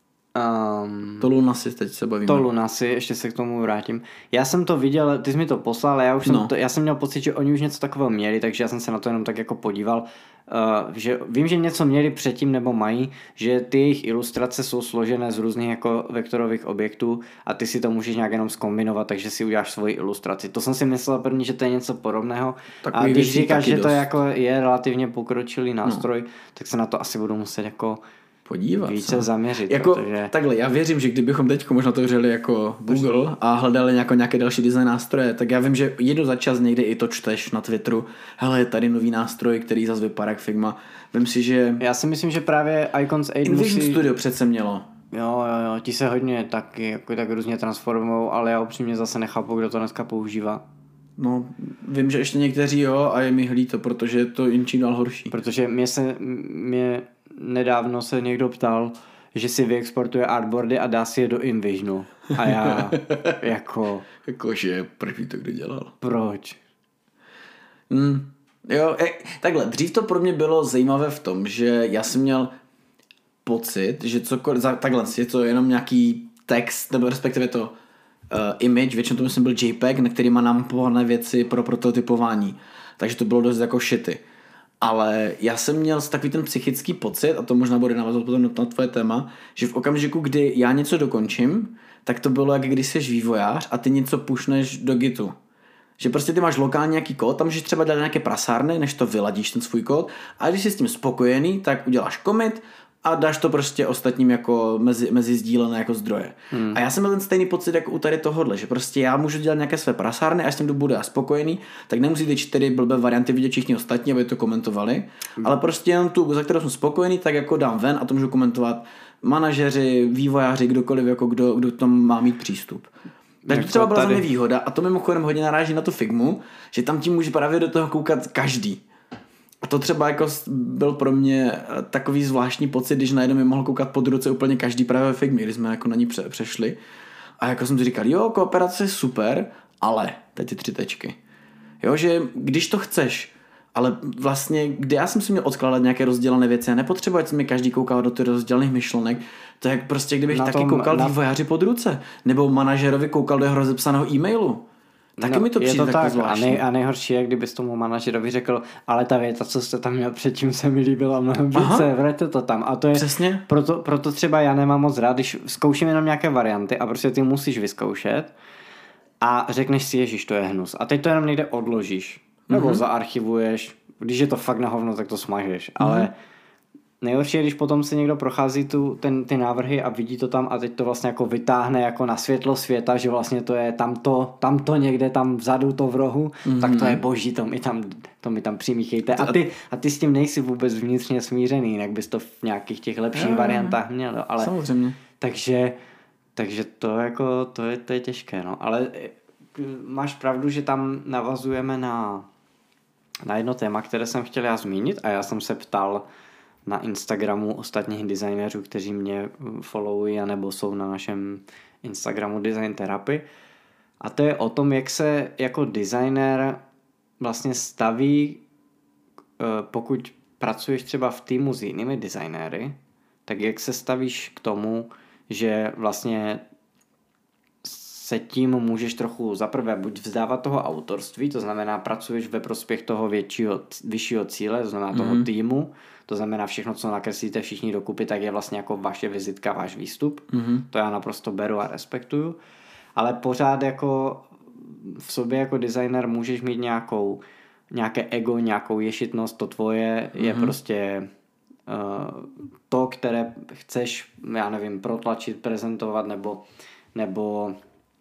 um, to Lunasy teď se bavíme. To Lunasy, ještě se k tomu vrátím. Já jsem to viděl, ty jsi mi to poslal, ale já už no. jsem to, já jsem měl pocit, že oni už něco takového měli, takže já jsem se na to jenom tak jako podíval. Uh, že vím, že něco měli předtím nebo mají, že ty jejich ilustrace jsou složené z různých jako vektorových objektů a ty si to můžeš nějak jenom zkombinovat, takže si uděláš svoji ilustraci. To jsem si myslel první, že to je něco podobného. A když říkáš, že to jako je relativně pokročilý nástroj, no. tak se na to asi budu muset jako podívat více se. zaměřit. Jako, protože... Takhle, já věřím, že kdybychom teď možná otevřeli jako Google a hledali nějaké, nějaké další design nástroje, tak já vím, že jednou za čas někdy i to čteš na Twitteru. Hele, je tady nový nástroj, který zase vypadá jak Figma. Vím si, že... Já si myslím, že právě Icons osm InVision musí... Studio přece mělo. Jo, jo, jo, ti se hodně taky jako tak různě transformujou, ale já upřímně zase nechápu, kdo to dneska používá. No, vím, že ještě někteří jo a je mi hlíto, protože je to jen čím dál horší. Protože mě se, mě nedávno se někdo ptal, že si vyexportuje artboardy a dá si je do InVisionu. A já jako... Jakože, proč by to kdo dělal? Proč? Hmm, jo, je, takhle, dřív to pro mě bylo zajímavé v tom, že já jsem měl pocit, že cokoliv, takhle, je to jenom nějaký text, nebo respektive to uh, image, většinou to myslím byl JPEG, na který má nampované věci pro prototypování. Takže to bylo dost jako shity. Ale já jsem měl takový ten psychický pocit, a to možná bude navazovat potom na tvoje téma, že v okamžiku, kdy já něco dokončím, tak to bylo, jak když jsi vývojář a ty něco pušneš do Gitu. Že prostě ty máš lokálně nějaký kód, tam můžeš třeba dělat nějaké prasárny, než to vyladíš ten svůj kód, a když jsi s tím spokojený, tak uděláš commit a dáš to prostě ostatním jako mezi, mezi sdílené jako zdroje. Hmm. A já jsem měl ten stejný pocit jako u tady tohohle, že prostě já můžu dělat nějaké své prasárny a až s tím bude a spokojený, tak nemusí ty čtyři blbé varianty vidět všichni ostatní, aby to komentovali, hmm. ale prostě jen tu, za kterou jsem spokojený, tak jako dám ven a to můžu komentovat manažeři, vývojáři, kdokoliv, jako kdo, kdo tam má mít přístup. Takže to třeba byla tady za mě výhoda a to mimochodem hodně naráží na tu Figmu, že tam ti může právě do toho koukat každý. A to třeba jako byl pro mě takový zvláštní pocit, když najednou mi mohl koukat pod ruce úplně každý právě ve Figmě, když jsme jako na ní pře- přešli. A jako jsem si říkal, jo, kooperace je super, ale teď ty tři tečky. Jo, že když to chceš, ale vlastně, kde já jsem si měl odkládat nějaké rozdělané věci a nepotřebuji, ať se mi každý koukal do těch rozdělených myšlenek, to je prostě, kdybych na taky tom, koukal na... vývojáři pod ruce, nebo manažerovi koukal do jeho rozepsaného e-mailu. Taky no, mi to přijde tak zvláštní. A, nej, a nejhorší je, kdybys tomu manažerovi řekl, ale ta věta, co jste tam měl předtím, se mi líbila mnohem více, vraťte to tam. A to je přesně. Proto, proto třeba já nemám moc rád, když zkouším jenom nějaké varianty a prostě ty musíš vyzkoušet a řekneš si, ježiš, to je hnus. A teď to jenom někde odložíš. Nebo mm-hmm. zaarchivuješ. Když je to fakt na hovno, tak to smažeš. Mm-hmm. Ale nejhorší je, když potom si někdo prochází tu, ten, ty návrhy a vidí to tam a teď to vlastně jako vytáhne jako na světlo světa, že vlastně to je tamto, tamto někde tam vzadu to v rohu, mm-hmm. tak to je boží, to mi tam, to mi tam přimíchejte. A ty, a ty s tím nejsi vůbec vnitřně smířený, jinak bys to v nějakých těch lepších jo, variantách měl. Ale, samozřejmě. Takže, takže to, jako, to, je, to je těžké. No. Ale máš pravdu, že tam navazujeme na, na jedno téma, které jsem chtěl já zmínit a já jsem se ptal na Instagramu ostatních designerů, kteří mě followují anebo jsou na našem Instagramu Design Therapy. A to je o tom, jak se jako designer vlastně staví, pokud pracuješ třeba v týmu s jinými designéry, tak jak se stavíš k tomu, že vlastně se tím můžeš trochu zaprvé buď vzdávat toho autorství, to znamená pracuješ ve prospěch toho většího, vyššího cíle, to znamená toho mm-hmm. týmu, to znamená všechno, co nakreslíte všichni dokupy, tak je vlastně jako vaše vizitka, váš výstup. Mm-hmm. To já naprosto beru a respektuju. Ale pořád jako v sobě jako designer můžeš mít nějakou, nějaké ego, nějakou ješitnost, to tvoje mm-hmm. je prostě uh, to, které chceš, já nevím, protlačit, prezentovat nebo, nebo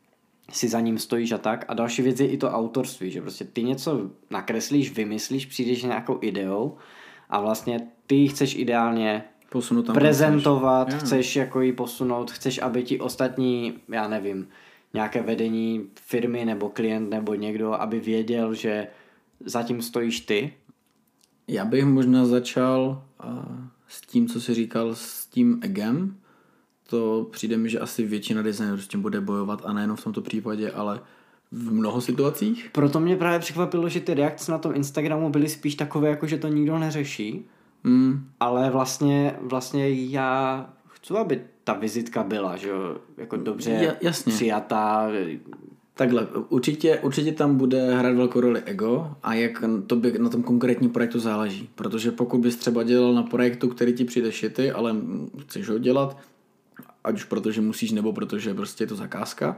si za ním stojíš a tak. A další věc je i to autorství, že prostě ty něco nakreslíš, vymyslíš, přijdeš nějakou ideou a vlastně ty ji chceš ideálně posunout tam, prezentovat, chceš. chceš jako ji posunout, chceš, aby ti ostatní, já nevím, nějaké vedení firmy nebo klient nebo někdo, aby věděl, že zatím stojíš ty. Já bych možná začal uh, s tím, co jsi říkal, s tím egem. To přijde mi, že asi většina designerů s tím bude bojovat a nejenom v tomto případě, ale v mnoho situacích. Proto mě právě překvapilo, že ty reakce na tom Instagramu byly spíš takové, jako že to nikdo neřeší. Mm. Ale vlastně, vlastně já chci, aby ta vizitka byla, že jako dobře ja, jasně. přijatá. Takhle, určitě, určitě tam bude hrát velkou roli ego a jak to by na tom konkrétním projektu záleží. Protože pokud bys třeba dělal na projektu, který ti přijde šity, ale chceš ho dělat, ať už protože musíš, nebo protože prostě je to zakázka,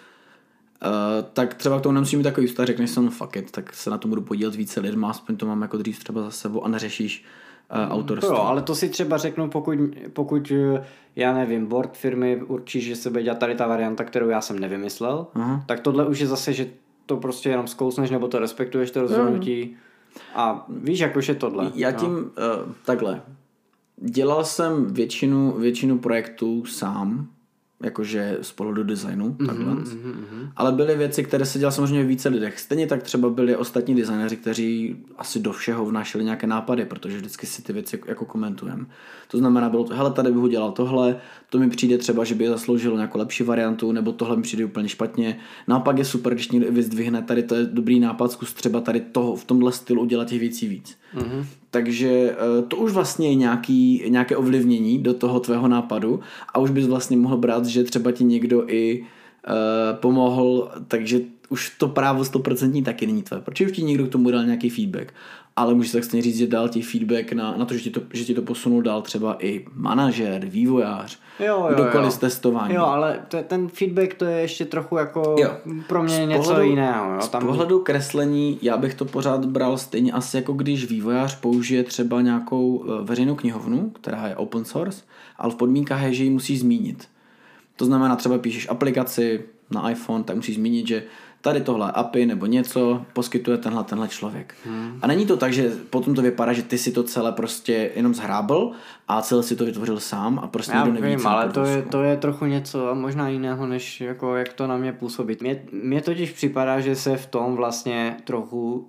uh, tak třeba k tomu nemusíš mít takový vztah, řekneš si, no fuck it, tak se na tom budu podílet více lidma, aspoň to mám jako dřív třeba za sebou a neřešíš uh, autorství. To jo, ale to si třeba řeknu, pokud, pokud já nevím, board firmy určí, že se bude dělat tady ta varianta, kterou já jsem nevymyslel, aha. tak tohle už je zase, že to prostě jenom zkousneš, nebo to respektuješ, to rozhodnutí a víš, jak už je tohle. Já tím, uh, takhle, dělal jsem většinu, většinu projektů sám, jakože z pohledu designu, mm-hmm, takhle. Mm-hmm. Ale byly věci, které se dělal samozřejmě v více lidech. Stejně tak třeba byli ostatní designéři, kteří asi do všeho vnášeli nějaké nápady, protože vždycky si ty věci jako komentujeme. To znamená, bylo to, hele, tady bych udělal tohle, to mi přijde třeba, že by zasloužilo nějakou lepší variantu, nebo tohle mi přijde úplně špatně. Naopak je super, když někdo vyzdvihne, tady to je dobrý nápad, zkus třeba tady toho, v tomhle stylu udělat těch věcí víc. Mm-hmm. Takže to už vlastně je nějaký, nějaké ovlivnění do toho tvého nápadu a už bys vlastně mohl brát, že třeba ti někdo i uh, pomohl, takže už to právo sto procent taky není tvé. Protože už ti někdo k tomu dal nějaký feedback. Ale můžeš tak stejně říct, že dal ti feedback na, na to, že ti to, že ti to posunul dál třeba i manažer, vývojář, jo, jo, kdokoliv jo. z testování. Jo, ale to, ten feedback to je ještě trochu jako jo. pro mě z něco pohledu, jiného. Jo? Z Tam... pohledu kreslení já bych to pořád bral stejně asi jako když vývojář použije třeba nějakou veřejnou knihovnu, která je open source, ale v podmínkách je, že ji musí zmínit. To znamená, třeba píšeš aplikaci na iPhone, tak musíš zmínit, že tady tohle A P I nebo něco poskytuje tenhle, tenhle člověk. Hmm. A není to tak, že potom to vypadá, že ty si to celé prostě jenom zhrábl a celé si to vytvořil sám a prostě já nikdo neví. Vím, ale to je, to je trochu něco možná jiného, než jako jak to na mě působí. Mně, mně totiž připadá, že se v tom vlastně trochu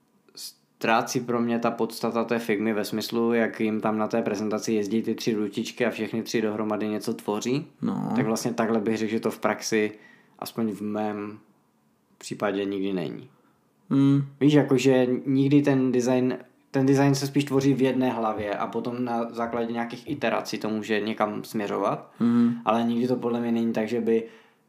ztrácí pro mě ta podstata té Figmy ve smyslu, jak jim tam na té prezentaci jezdí ty tři ručičky a všechny tři dohromady něco tvoří. No. Tak vlastně takhle bych řekl, že to v praxi, aspoň v mém případě, nikdy není. Hmm. Víš, jakože nikdy ten design, ten design se spíš tvoří v jedné hlavě a potom na základě nějakých iterací to může někam směřovat, hmm. ale nikdy to podle mě není tak, že by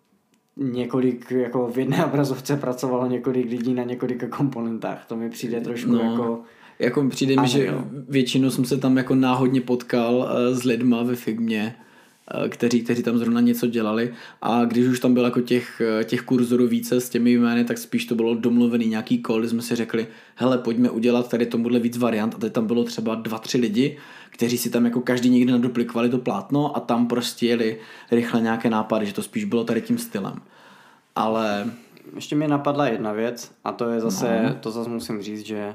několik, jako v jedné obrazovce pracovalo několik lidí na několika komponentách. To mi přijde trošku no, jako... Jako přijde mi, že většinou jsem se tam jako náhodně potkal uh, s lidma ve Figmě, kteří, kteří tam zrovna něco dělali a když už tam bylo jako těch, těch kurzorů více s těmi jmény, tak spíš to bylo domluvený nějaký call, kdy jsme si řekli, hele, pojďme udělat tady tomuhle víc variant a tady tam bylo třeba dva, tři lidi, kteří si tam jako každý někdy naduplikovali to plátno a tam prostě jeli rychle nějaké nápady, že to spíš bylo tady tím stylem. Ale... Ještě mi napadla jedna věc a to je zase, no. to zase musím říct, že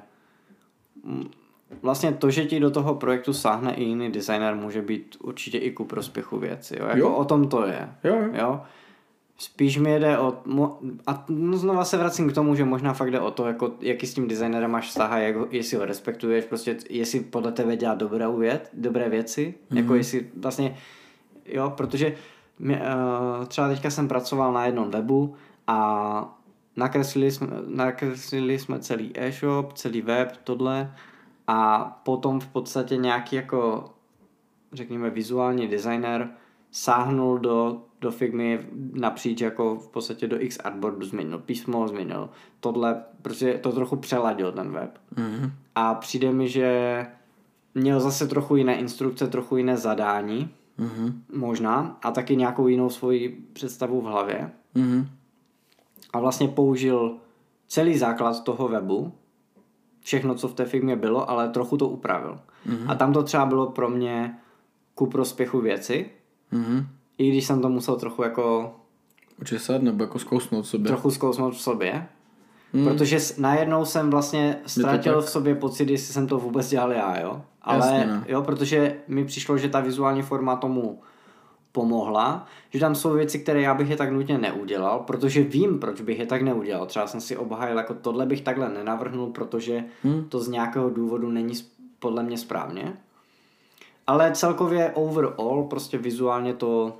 vlastně to, že ti do toho projektu sáhne i jiný designer, může být určitě i ku prospěchu věci. Jo? Jako jo. O tom to je. Jo, jo. Jo? Spíš mi jde o... A znova se vracím k tomu, že možná fakt jde o to, jako, jaký s tím designerem máš vztah a jak ho, jestli ho respektuješ, prostě jestli podle tebe dělá dobré, věc, dobré věci. Mm-hmm. Jako jestli vlastně... Jo, protože mě, uh, třeba teďka jsem pracoval na jednom webu a nakreslili jsme, nakreslili jsme celý e-shop, celý web, tohle a potom v podstatě nějaký jako řekněme vizuální designer sáhnul do, do Figmy napříč jako v podstatě do X artboardu, změnil písmo, změnil tohle, protože to trochu přeladil ten web. Mm-hmm. A přijde mi, že měl zase trochu jiné instrukce, trochu jiné zadání, mm-hmm. možná, a taky nějakou jinou svoji představu v hlavě. Mm-hmm. A vlastně použil celý základ toho webu, všechno, co v té Figmě bylo, ale trochu to upravil. Mm-hmm. A tam to třeba bylo pro mě ku prospěchu věci, mm-hmm. i když jsem to musel trochu jako... Učesat nebo jako zkousnout v sobě. Trochu zkousnout v sobě. Mm. Protože najednou jsem vlastně ztratil v sobě pocit, jestli jsem to vůbec dělal já, jo. Ale jasně, jo, protože mi přišlo, že ta vizuální forma tomu pomohla, že tam jsou věci, které já bych je tak nutně neudělal, protože vím, proč bych je tak neudělal. Třeba jsem si obhájil, jako tohle bych takhle nenavrhnul, protože hmm. to z nějakého důvodu není podle mě správně. Ale celkově overall, prostě vizuálně to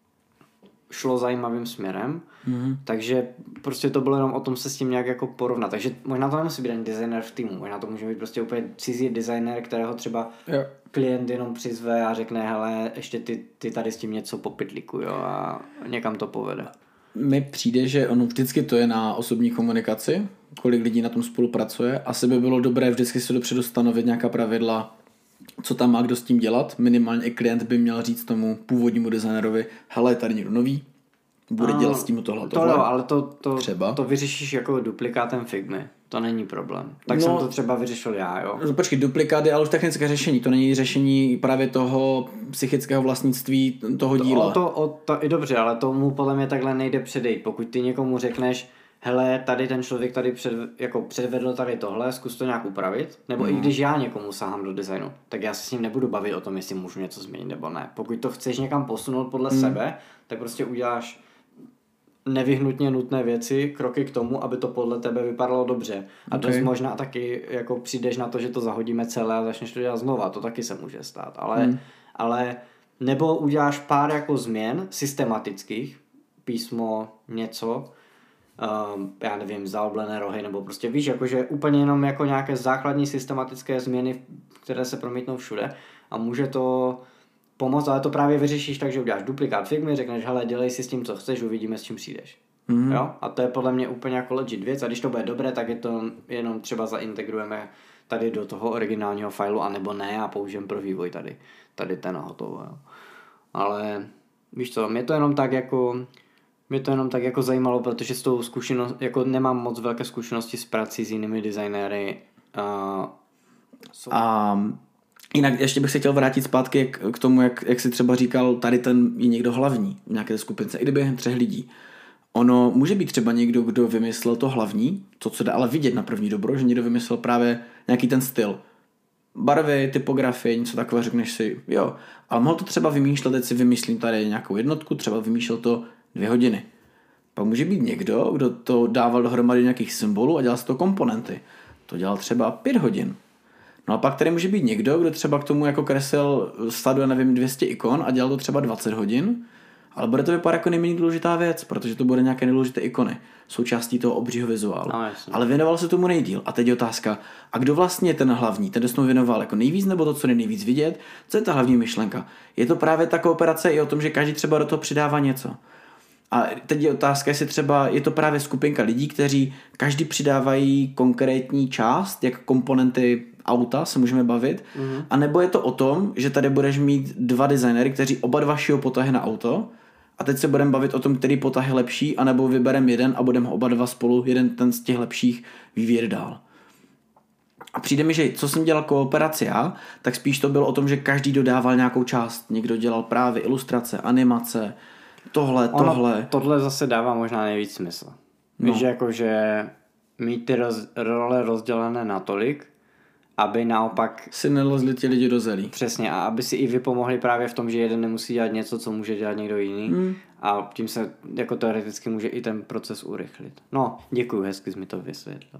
šlo zajímavým směrem, hmm. takže prostě to bylo jenom o tom se s tím nějak jako porovnat. Takže možná to nemusí být ani designer v týmu, možná to může být prostě úplně cizí designer, kterého třeba jo. klient jenom přizve a řekne, hele, ještě ty, ty tady s tím něco popytlíkuj, jo, a někam to povede. Mně přijde, že ono vždycky to je na osobní komunikaci, kolik lidí na tom spolupracuje. Asi by bylo dobré vždycky si dopředu stanovit nějaká pravidla, co tam má kdo s tím dělat. Minimálně i klient by měl říct tomu původnímu designerovi, hele, tady někdo nový, bude dělat s tím tohle. To jo, ale to, to, to vyřešíš jako duplikátem Figmy. To není problém. Tak no, jsem to třeba vyřešil já, jo. Počkej, duplikáty, ale už technické řešení. To není řešení právě toho psychického vlastnictví toho díla. To, o to, o to, i dobře, ale tomu podle mě takhle nejde předejít. Pokud ty někomu řekneš, hele, tady ten člověk tady před, jako předvedl tady tohle, zkus to nějak upravit, nebo mm. i když já někomu sahám do designu, tak já se s ním nebudu bavit o tom, jestli můžu něco změnit nebo ne. Pokud to chceš někam posunout podle mm. sebe, tak prostě uděláš nevyhnutně nutné věci, kroky k tomu, aby to podle tebe vypadalo dobře. A okay. dost možná taky jako přijdeš na to, že to zahodíme celé a začneš to dělat znova. To taky se může stát. Ale, mm. ale nebo uděláš pár jako změn systematických, písmo, něco, um, já nevím, zaoblené rohy, nebo prostě víš, jakože úplně jenom jako nějaké základní systematické změny, které se promítnou všude a může to pomoct, ale to právě vyřešíš tak, že uděláš duplikát Figmy, řekneš, hele, dělej si s tím, co chceš, uvidíme, s čím přijdeš. Mm-hmm. Jo? A to je podle mě úplně jako legit věc a když to bude dobré, tak je to jenom třeba zaintegrujeme tady do toho originálního failu, anebo ne a použijeme pro vývoj tady, tady ten a hotovo. Jo? Ale víš co, mě to jenom tak jako mě to jenom tak jako zajímalo, protože s tou zkušenost, jako nemám moc velké zkušenosti s prací s jinými designéry. Uh, a jinak ještě bych se chtěl vrátit zpátky k, k tomu, jak, jak jsi třeba říkal, tady ten je někdo hlavní v nějaké skupince, i kdyby jen třech lidí. Ono může být třeba někdo, kdo vymyslel to hlavní, to, co dá ale vidět na první dobro, že někdo vymyslel právě nějaký ten styl. Barvy, typografie, něco takové, řekneš si, jo. Ale mohl to třeba vymýšlet, teď si vymyslím tady nějakou jednotku, třeba vymýšlel to dvě hodiny. Pak může být někdo, kdo to dával dohromady nějakých symbolů a dělal z toho komponenty. To dělal třeba pět hodin. No a pak tady může být někdo, kdo třeba k tomu jako kreslil sadu, nevím, dvě stě ikon a dělal to třeba dvacet hodin, ale bude to vypadat jako nejméně důležitá věc, protože to bude nějaké nedůležité ikony, součástí toho obřího vizuálu. No, ale věnoval se tomu nejdýl. A teď je otázka, a kdo vlastně je ten hlavní? Ten, kdo se tomu věnoval jako nejvíc, nebo to, co je nejvíc vidět? Co je ta hlavní myšlenka? Je to právě ta kooperace i o tom, že každý třeba do toho přidává něco. A teď je otázka, jestli třeba je to právě skupinka lidí, kteří každý přidávají konkrétní část, jak komponenty auta, se můžeme bavit, mm-hmm. a nebo je to o tom, že tady budeš mít dva designery, kteří oba dva šijou potahy na auto a teď se budeme bavit o tom, který potah je lepší, anebo vybereme jeden a budeme oba dva spolu, jeden ten z těch lepších vyvíjet dál. A přijde mi, že co jsem dělal kooperaci já, tak spíš to bylo o tom, že každý dodával nějakou část. Někdo dělal právě ilustrace, animace, tohle, ono, tohle. Tohle zase dává možná nejvíc smysl. No. Víš, jakože mít ty roz, role rozdělené natolik, aby naopak si nelezli ti lidi do zelí. Přesně, a aby si i vy pomohli právě v tom, že jeden nemusí dělat něco, co může dělat někdo jiný. Hmm. A tím se jako teoreticky může i ten proces urychlit. No, děkuju, hezky jsi mi to vysvětlil.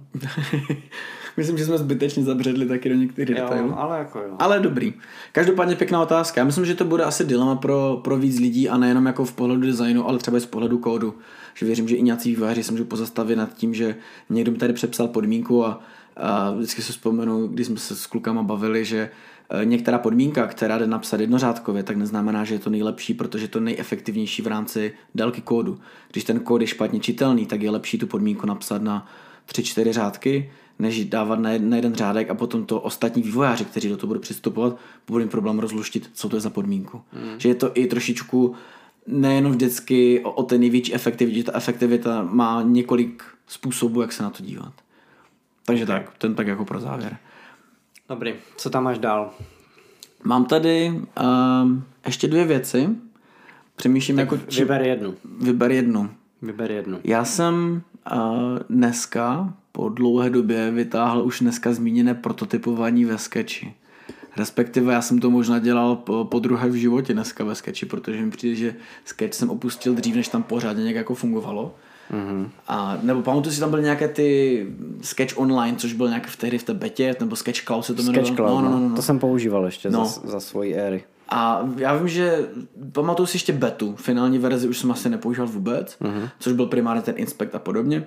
Myslím, že jsme zbytečně zabředli taky do některých detailů. Ale jako jo. Ale dobrý. Každopádně pěkná otázka. Já myslím, že to bude asi dilema pro, pro víc lidí a nejenom jako v pohledu designu, ale třeba i z pohledu kódu. Že věřím, že i nějací vývojáři se můžou pozastavit nad tím, že někdo mi tady přepsal podmínku a, a vždycky se vzpomenu, když jsme se s klukama bavili, že některá podmínka, která jde napsat jednořádkově, tak neznamená, že je to nejlepší, protože je to nejefektivnější v rámci délky kódu. Když ten kód je špatně čitelný, tak je lepší tu podmínku napsat na tři čtyři řádky, než dávat na jeden řádek a potom to ostatní vývojáři, kteří do toho budou přistupovat, budou mít problém rozluštit, co to je za podmínku. Mm. Že je to i trošičku nejenom vždycky o, o té největší efektivitě, ta efektivita má několik způsobů, jak se na to dívat. Takže okay. tak, ten tak jako pro závěr. Dobrý, co tam máš dál? Mám tady um, ještě dvě věci. Přemýšlím tak jako... Či... Vyber jednu. Vyber jednu. Vyber jednu. Já jsem uh, dneska po dlouhé době vytáhl už dneska zmíněné prototypování ve Sketchi. Respektive já jsem to možná dělal po, po druhé v životě dneska ve Sketchi, protože mi přijde, že Sketch jsem opustil dřív, než tam pořádně nějak jako fungovalo. Mm-hmm. A, nebo pamatuju si, tam byly nějaké ty Sketch Online, což byl nějaké v tehdy v té betě, nebo Sketch Cloud se to jmenovalo. Sketch Cloud, no, no, no, no. To jsem používal ještě no. za, za svojí éry. A já vím, že pamatuju si ještě betu, finální verzi už jsem asi nepoužíval vůbec, mm-hmm. což byl primárně ten Inspect a podobně.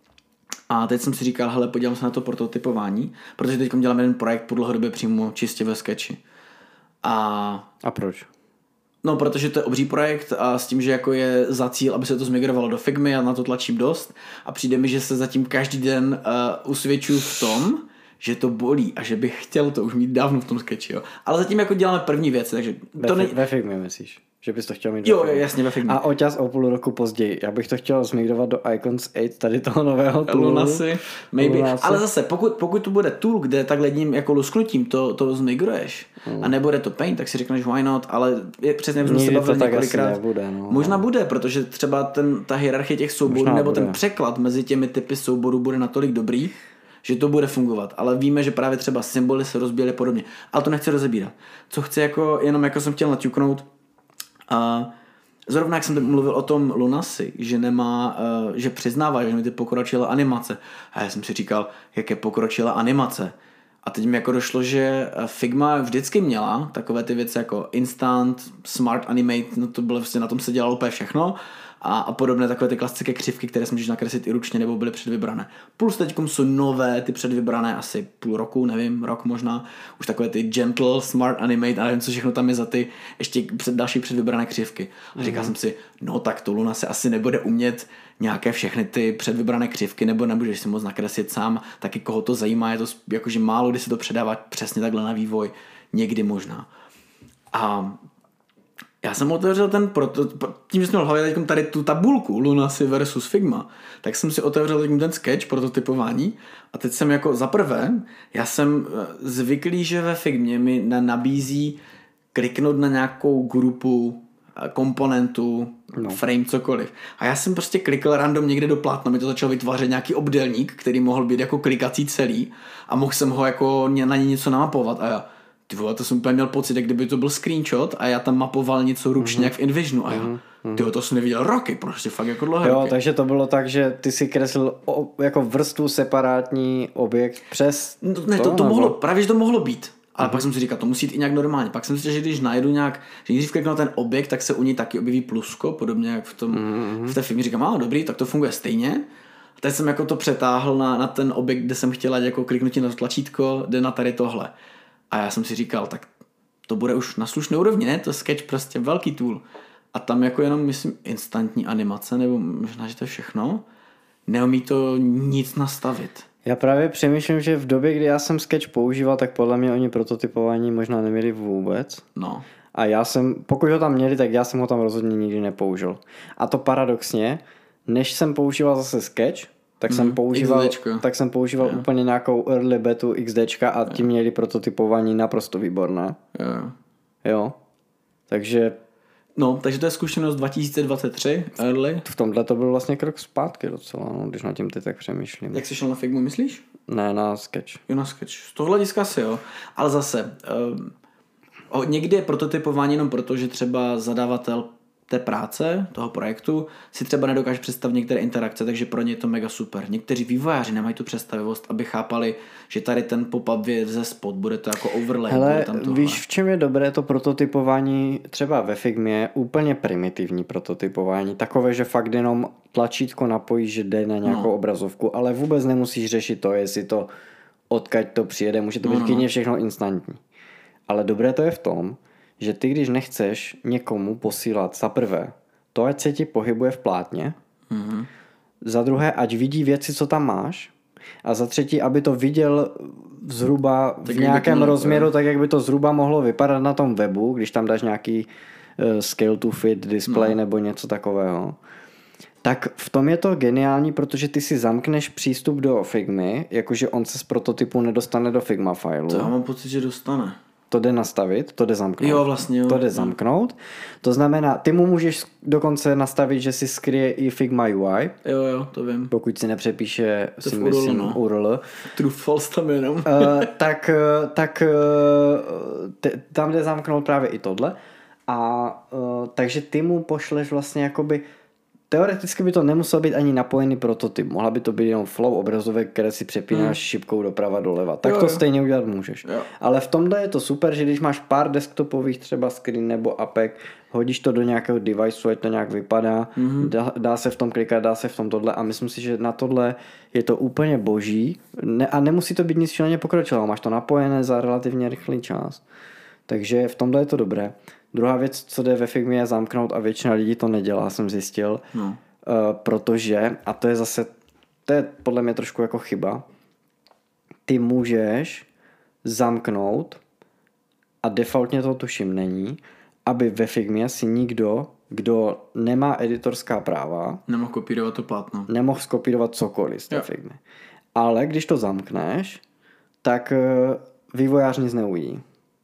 A teď jsem si říkal, hele, podívám se na to prototypování, protože teď dělám jeden projekt po dlouhodobě přímo čistě ve Sketchi. A... a proč? No, protože to je obří projekt a s tím, že jako je za cíl, aby se to zmigrovalo do Figmy a na to tlačím dost a přijde mi, že se zatím každý den uh, usvědčuju v tom, že to bolí a že bych chtěl to už mít dávno v tom Sketchi, jo. Ale zatím jako děláme první věci, takže... Ve, to ne... ve Figmě myslíš? Že bys to chtěl mít? Jo, jasně, ve Figmě. A o čas o půl roku později. Já bych to chtěl zmigrovat do Icons osm, tady toho nového toolu. Lunasy, maybe. Lunasy. Ale zase, pokud, pokud to bude tool, kde takhle jedním jako lusknutím to, to zmigruješ hmm. a nebude to Paint, tak si řekneš why not, ale je, přesně jak jsme se bavili několikrát. Nebude, no. Možná bude, protože třeba ten, ta hierarchie těch souborů možná nebo bude. Ten překlad mezi těmi typy souborů bude natolik dobrý, že to bude fungovat, ale víme, že právě třeba symboly se rozbíjely podobně. Ale to nechci rozebírat. Co chci jako, jenom jako jsem chtěl naťuknout, a zrovna jak jsem mluvil o tom Lunasy, že nemá, uh, že přiznává, že mi ty pokročilé animace. A já jsem si říkal, jaké pokročilé animace. A teď mi jako došlo, že Figma vždycky měla takové ty věci jako Instant, Smart Animate, no to bylo vlastně, na tom se dělalo úplně všechno. A, a podobné takové ty klasické křivky, které jsme můžeš nakreslit i ručně nebo byly předvybrané. Plus teďkom jsou nové, ty předvybrané asi půl roku, nevím, rok možná. Už takové ty Gentle, Smart Animate a nevím, co všechno tam je za ty ještě před další předvybrané křivky. A mm-hmm. říkal jsem si, no tak to Luna se asi nebude umět nějaké všechny ty předvybrané křivky, nebo nebudeš si moc nakreslit sám, taky koho to zajímá, je to jakože málo kdy se to předává přesně takhle na vývoj, někdy možná. A já jsem otevřel ten proto, tím, že jsme měl hlavě teď tady tu tabulku Lunasy versus Figma, tak jsem si otevřel teď ten sketch prototypování a teď jsem jako za prvé, já jsem zvyklý, že ve Figmě mi nabízí kliknout na nějakou grupu komponentů, no. frame, cokoliv. A já jsem prostě klikl random někde do plátna, mi to začal vytvářet nějaký obdélník, který mohl být jako klikací celý a mohl jsem ho jako na něj něco namapovat a já ty vole, to jsem úplně měl pocit, jak kdyby to byl screenshot a já tam mapoval něco ručně mm-hmm. jak v InVisionu a já, mm-hmm. tyjo, to jsem neviděl roky, prostě fakt jako dlouhé Jo, roky. takže to bylo tak, že ty si kreslil o, jako vrstvu separátní objekt přes no, ne, to, to, to mohlo, právě, že to mohlo být. Ale mm-hmm. pak jsem si říkal, to musí jít i nějak normálně. Pak jsem si říkal, že když najdu nějak, že když kliknu na ten objekt, tak se u něj taky objeví plusko, podobně jak v tom, mm-hmm. v té filmě. Říkám, a dobrý, tak to funguje stejně. A teď jsem jako to přetáhl na, na ten objekt, kde jsem chtěla jako kliknutí na to tlačítko, jde na tady tohle. A já jsem si říkal, tak to bude už na slušné úrovni, ne? To je Sketch prostě velký tool. A tam jako jenom, myslím, instantní animace, nebo možná, že to je všechno. Neumí to nic nastavit. Já právě přemýšlím, že v době, kdy já jsem Sketch používal, tak podle mě oni prototypování možná neměli vůbec. No. A já jsem, pokud ho tam měli, tak já jsem ho tam rozhodně nikdy nepoužil. A to paradoxně, než jsem používal zase Sketch, tak mm, jsem používal, tak jsem používal yeah. úplně nějakou early betu XDčka a ti yeah. měli prototypování naprosto výborné. Yeah. Jo. Takže... No, takže to je zkušenost dva tisíce dvacet tři, early. V tomhle to byl vlastně krok zpátky docela, no, když nad tím ty tak přemýšlím. Jak jsi šel na Figmu, myslíš? Ne, na Sketch. Jo, na Sketch. Z toho hlediska si jo. Ale zase, um, někdy je prototypování jenom proto, že třeba zadavatel té práce, toho projektu, si třeba nedokáže představit některé interakce, takže pro ně je to mega super. Někteří vývojáři nemají tu představivost, aby chápali, že tady ten pop-up ze spod, bude to jako overlay. Hele, bude tam tohle. Víš, v čem je dobré to prototypování třeba ve Figmě, úplně primitivní prototypování, takové, že fakt jenom tlačítko napojíš, že jde na nějakou no. obrazovku, ale vůbec nemusíš řešit to, jestli to odkaď to přijede, může to být no, klidně no. všechno instantní. Ale dobré to je v tom, že ty, když nechceš někomu posílat za prvé to, ať se ti pohybuje v plátně, mm-hmm. za druhé, ať vidí věci, co tam máš, a za třetí, aby to viděl zhruba tak v nějakém rozměru, tak jak by to zhruba mohlo vypadat na tom webu, když tam dáš nějaký uh, scale to fit display no. nebo něco takového. Tak v tom je to geniální, protože ty si zamkneš přístup do Figmy, jakože on se z prototypu nedostane do Figma fileu. To já mám pocit, že dostane. To jde nastavit, to jde zamknout. Jo, vlastně jo. To jde zamknout. To znamená, ty mu můžeš dokonce nastavit, že si skryje i Figma U I. Jo, jo, to vím. Pokud si nepřepíše to si U R L, myslím no. U R L. True false tam jenom. uh, tak tak uh, t- tam jde zamknout právě i tohle. A uh, takže ty mu pošleš vlastně jakoby teoreticky by to nemusel být ani napojený prototyp. Mohla by to být jenom flow obrazovek, které si přepínáš hmm. šipkou doprava doleva. Tak jo, to jo. stejně udělat můžeš. Jo. Ale v tomhle je to super, že když máš pár desktopových třeba screen nebo apek, hodíš to do nějakého deviceu, ať to nějak vypadá, hmm. dá, dá se v tom klikat, dá se v tom tohle a myslím si, že na tohle je to úplně boží ne, a nemusí to být nic šíleně pokročilého. Máš to napojené za relativně rychlý čas. Takže v tomhle je to dobré. Druhá věc, co jde ve Figmě, je zamknout a většina lidí to nedělá, jsem zjistil. No. Uh, protože, a to je zase, to je podle mě trošku jako chyba, ty můžeš zamknout, a defaultně to tuším není, aby ve Figmě si nikdo, kdo nemá editorská práva, nemohl kopírovat to plátno. Nemohl skopírovat cokoliv z té Figmy. Ale když to zamkneš, tak uh, vývojář nic neuvidí.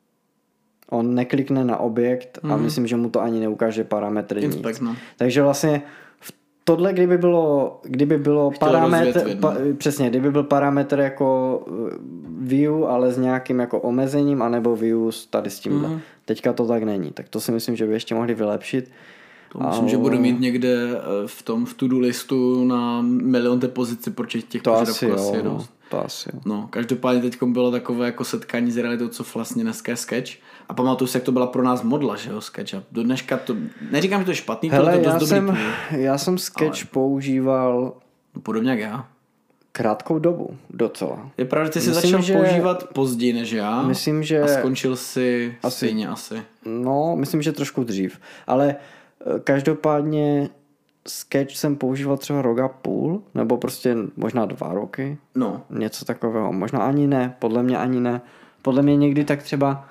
On neklikne na objekt a mm. myslím, že mu to ani neukáže parametry Inspect, nic. No. Takže vlastně v tohle, kdyby bylo, kdyby bylo parametr, pa, přesně, kdyby byl parametr jako view, ale s nějakým jako omezením, anebo view tady s tímhle. Mm. Teďka to tak není. Tak to si myslím, že by ještě mohli vylepšit. To myslím, ale... že budu mít někde v tom v to-do listu na milion té pozici, protože těch požadavků asi je dost. To asi jo. No, každopádně teď bylo takové jako setkání s realitou, co vlastně dneska je Sketch. A pamatuju si, jak to byla pro nás modla, že jo, Sketch. A do dneška to, neříkám, že to je špatný, hele, to je dost já dobrý jsem, tool. Já jsem Sketch ale... používal podobně jak já. Krátkou dobu, docela. Je pravda, že jsi myslím, začal že... používat později než já. Myslím, že... A skončil si asi... stejně asi. No, myslím, že trošku dřív. Ale každopádně Sketch jsem používal třeba rok a půl, nebo prostě možná dva roky. No. Něco takového. Možná ani ne, podle mě ani ne. Podle mě někdy tak třeba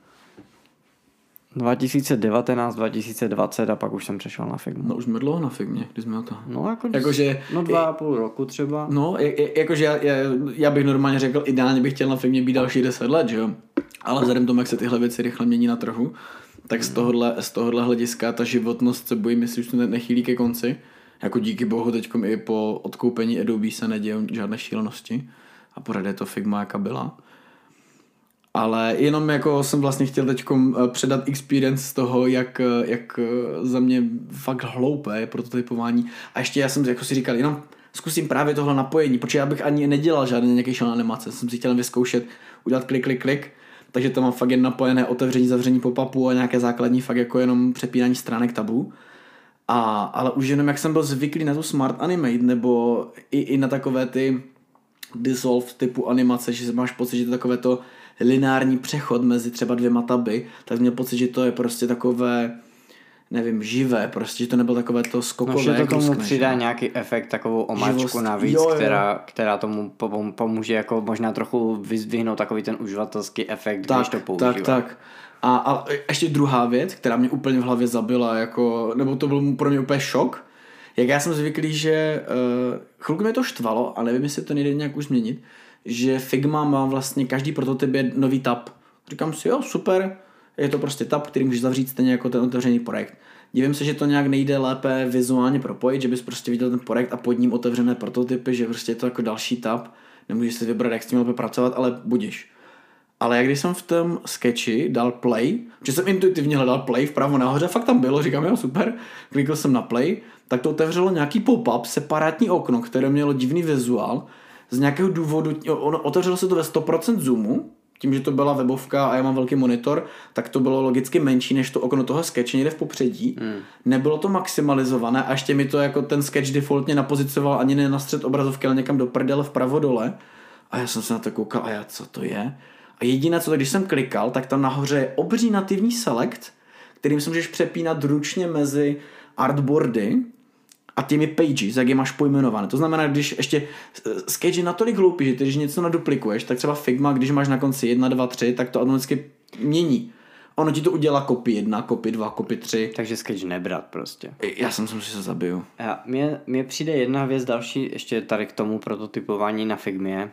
dva tisíce devatenáct, dva tisíce dvacet a pak už jsem přešel na Figmu. No už jsme dlouho na Figmě, když jsme to. No jako, jako že, no dva a půl roku třeba. No, jakože já, já, já bych normálně řekl, ideálně bych chtěl na Figmě být další deset let, že jo. Ale vzhledem tomu, jak se tyhle věci rychle mění na trhu, tak z tohohle, z tohohle hlediska ta životnost se bojím, jestli už to nechýlí ke konci. Jako díky bohu teďkom i po odkoupení Adobe se nedějou žádné šílenosti a pořád je to Figma, jaká byla. Ale jenom jako jsem vlastně chtěl teďkom předat experience z toho, jak, jak za mě fakt hloupé je prototypování. A ještě já jsem jako si říkal, jenom zkusím právě tohle napojení, protože já bych ani nedělal žádné nějaké šílené animace. Jsem si chtěl vyzkoušet, udělat klik, klik, klik. Takže tam mám fakt jen napojené otevření, zavření pop-upu a nějaké základní fakt jako jenom přepínání stránek tabů. A, ale už jenom jak jsem byl zvyklý na tu Smart Animate nebo i, i na takové ty dissolve typu animace, že máš pocit, že to je takové to lineární přechod mezi třeba dvěma taby, tak měl pocit, že to je prostě takové nevím, živé, prostě, že to nebylo takové to skokové. No, že to tomu luskne, přidá že? nějaký efekt, takovou omáčku Živost. navíc, Jo, jo. Která, která tomu pomůže jako možná trochu vyzdvihnout takový ten uživatelský efekt, tak, když to používá. Tak, tak. A, a ještě druhá věc, která mě úplně v hlavě zabila, jako, nebo to byl pro mě úplně šok, jak já jsem zvyklý, že uh, chvilku mě to štvalo, ale nevím, jestli to nejde nějak už změnit, že Figma má vlastně každý prototyp je nový tab. Říkám si, jo, super, je to prostě tab, který můžeš zavřít stejně jako ten otevřený projekt. Dívím se, že to nějak nejde lépe vizuálně propojit, že bys prostě viděl ten projekt a pod ním otevřené prototypy, že prostě je to jako další tab, nemůžeš si vybrat, jak s tím lépe pracovat, ale budiš. Ale jak když jsem v tom sketchi dal play, že jsem intuitivně hledal play vpravo nahoře, fakt tam bylo, říkám, jo, super, klikl jsem na play, tak to otevřelo nějaký pop-up, separátní okno, které mělo divný vizuál, z nějakého důvodu, ono, otevřelo se to ve sto procent zoomu, tím, že to byla webovka a já mám velký monitor, tak to bylo logicky menší než to okno toho sketche někde v popředí. Hmm. Nebylo to maximalizované a ještě mi to jako ten sketch defaultně napozicoval ani ne na střed obrazovky, ale někam do prdele vpravo dole. A já jsem se na to koukal a já, co to je? A jediné, co tak, když jsem klikal, tak tam nahoře je obří nativní select, kterým se můžeš přepínat ručně mezi artboardy a těmi pages, jak je máš pojmenované. To znamená, když ještě sketch je natolik hloupý, že ty, když něco naduplikuješ, tak třeba Figma, když máš na konci jedna, dva, tři, tak to automaticky mění. Ono ti to udělá copy jedna, copy dva, copy tři. Takže sketch nebrat prostě. Já jsem si, že se zabiju. A mně, mně přijde jedna věc další, ještě tady k tomu prototypování na Figmě.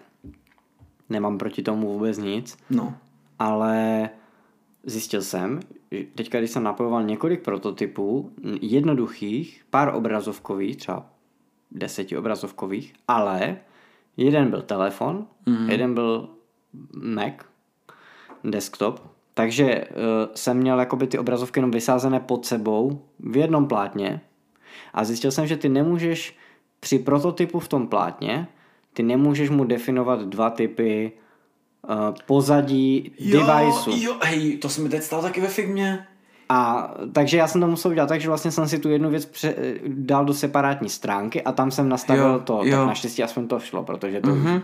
Nemám proti tomu vůbec nic. No. Ale zjistil jsem, že teďka, když jsem napojoval několik prototypů, jednoduchých, pár obrazovkových, třeba deseti obrazovkových, ale jeden byl telefon, mm. jeden byl Mac, desktop, takže uh, jsem měl jakoby ty obrazovky jenom vysázené pod sebou v jednom plátně a zjistil jsem, že ty nemůžeš při prototypu v tom plátně, ty nemůžeš mu definovat dva typy uh, pozadí jo, deviceu. Jo, hej, to se mi teď stalo taky ve Figmě. A takže já jsem to musel udělat tak, že vlastně jsem si tu jednu věc pře- dal do separátní stránky a tam jsem nastavil jo, to, jo. Tak naštěstí aspoň to šlo, protože to mm-hmm.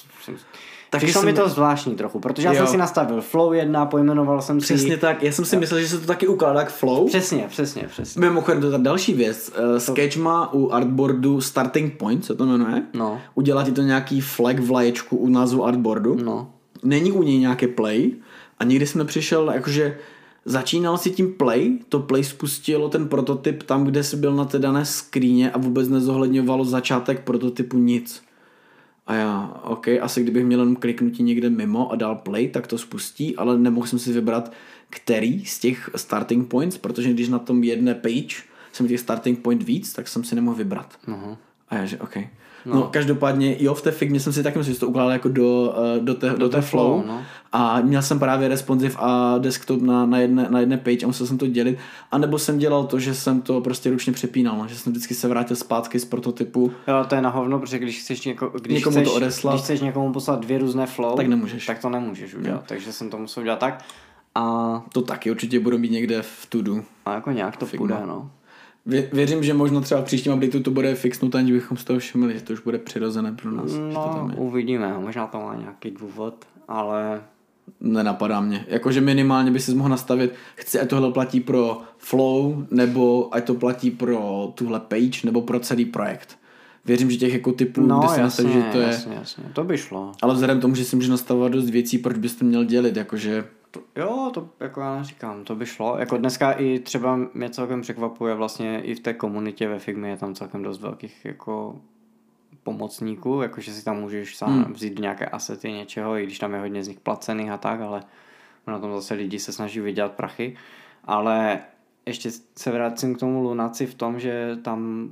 přišlo mi to zvláštní trochu, protože já jo. jsem si nastavil flow jedna, pojmenoval jsem přesně si... Přesně tak, já jsem si jo. myslel, že se to taky ukládá k flow. Přesně, přesně, přesně. Mimochodem to je ta další věc, uh, Sketch má u artboardu starting point, co to jmenuje? No. Udělá ti to nějaký flag vlaječku u názvu artboardu. No. Není u něj nějaké play a někdy jsme přišel, jakože začínal si tím play, to play spustilo ten prototyp tam, kde jsi byl na té dané skříně a vůbec nezohledňovalo začátek prototypu nic. A já, ok, asi kdybych měl jenom kliknutí někde mimo a dal play, tak to spustí, ale nemohl jsem si vybrat, který z těch starting points, protože když na tom jedné page jsem těch starting point víc, tak jsem si nemohl vybrat. Uh-huh. A já, že ok. No. no každopádně, jo, v té Figmě jsem si taky myslel, že to ukládal jako do, do té, do do té flow, flow no. A měl jsem právě responsive a desktop na, na, jedné, na jedné page a musel jsem to dělit, a nebo jsem dělal to, že jsem to prostě ručně přepínal, no. Že jsem vždycky se vrátil zpátky z prototypu. Jo, to je na hovno, protože když chceš, něko, když někomu chceš, to odeslat, když chceš někomu poslat dvě různé flow, tak nemůžeš. Tak to nemůžeš udělat, no. Takže jsem to musel udělat tak. A to taky určitě budu mít někde v to-do. A jako nějak to Figma. půjde, no. Vě, věřím, že možná třeba v příštím updateu to bude fixnout, aniž bychom z toho všimli, že to už bude přirozené pro nás. No, že to tam je. Uvidíme, možná to má nějaký důvod, ale... Nenapadá mě. Jakože minimálně by si mohl nastavit, chci, ať tohle platí pro flow, nebo ať to platí pro tuhle page, nebo pro celý projekt. Věřím, že těch jako typů, no, kde si nastaví, že to jasně, je... jasně, to by šlo. Ale vzhledem tomu, že si může nastavovat dost věcí, proč bys to měl dělit, jakože... To, jo, to jako já neříkám, to by šlo. Jako dneska i třeba mě celkem překvapuje vlastně i v té komunitě ve Figmě je tam celkem dost velkých jako pomocníků, jakože si tam můžeš sám hmm. vzít nějaké asety něčeho, i když tam je hodně z nich placených a tak, ale na tom zase lidi se snaží vydělat prachy. Ale ještě se vrátím k tomu Lunaci v tom, že tam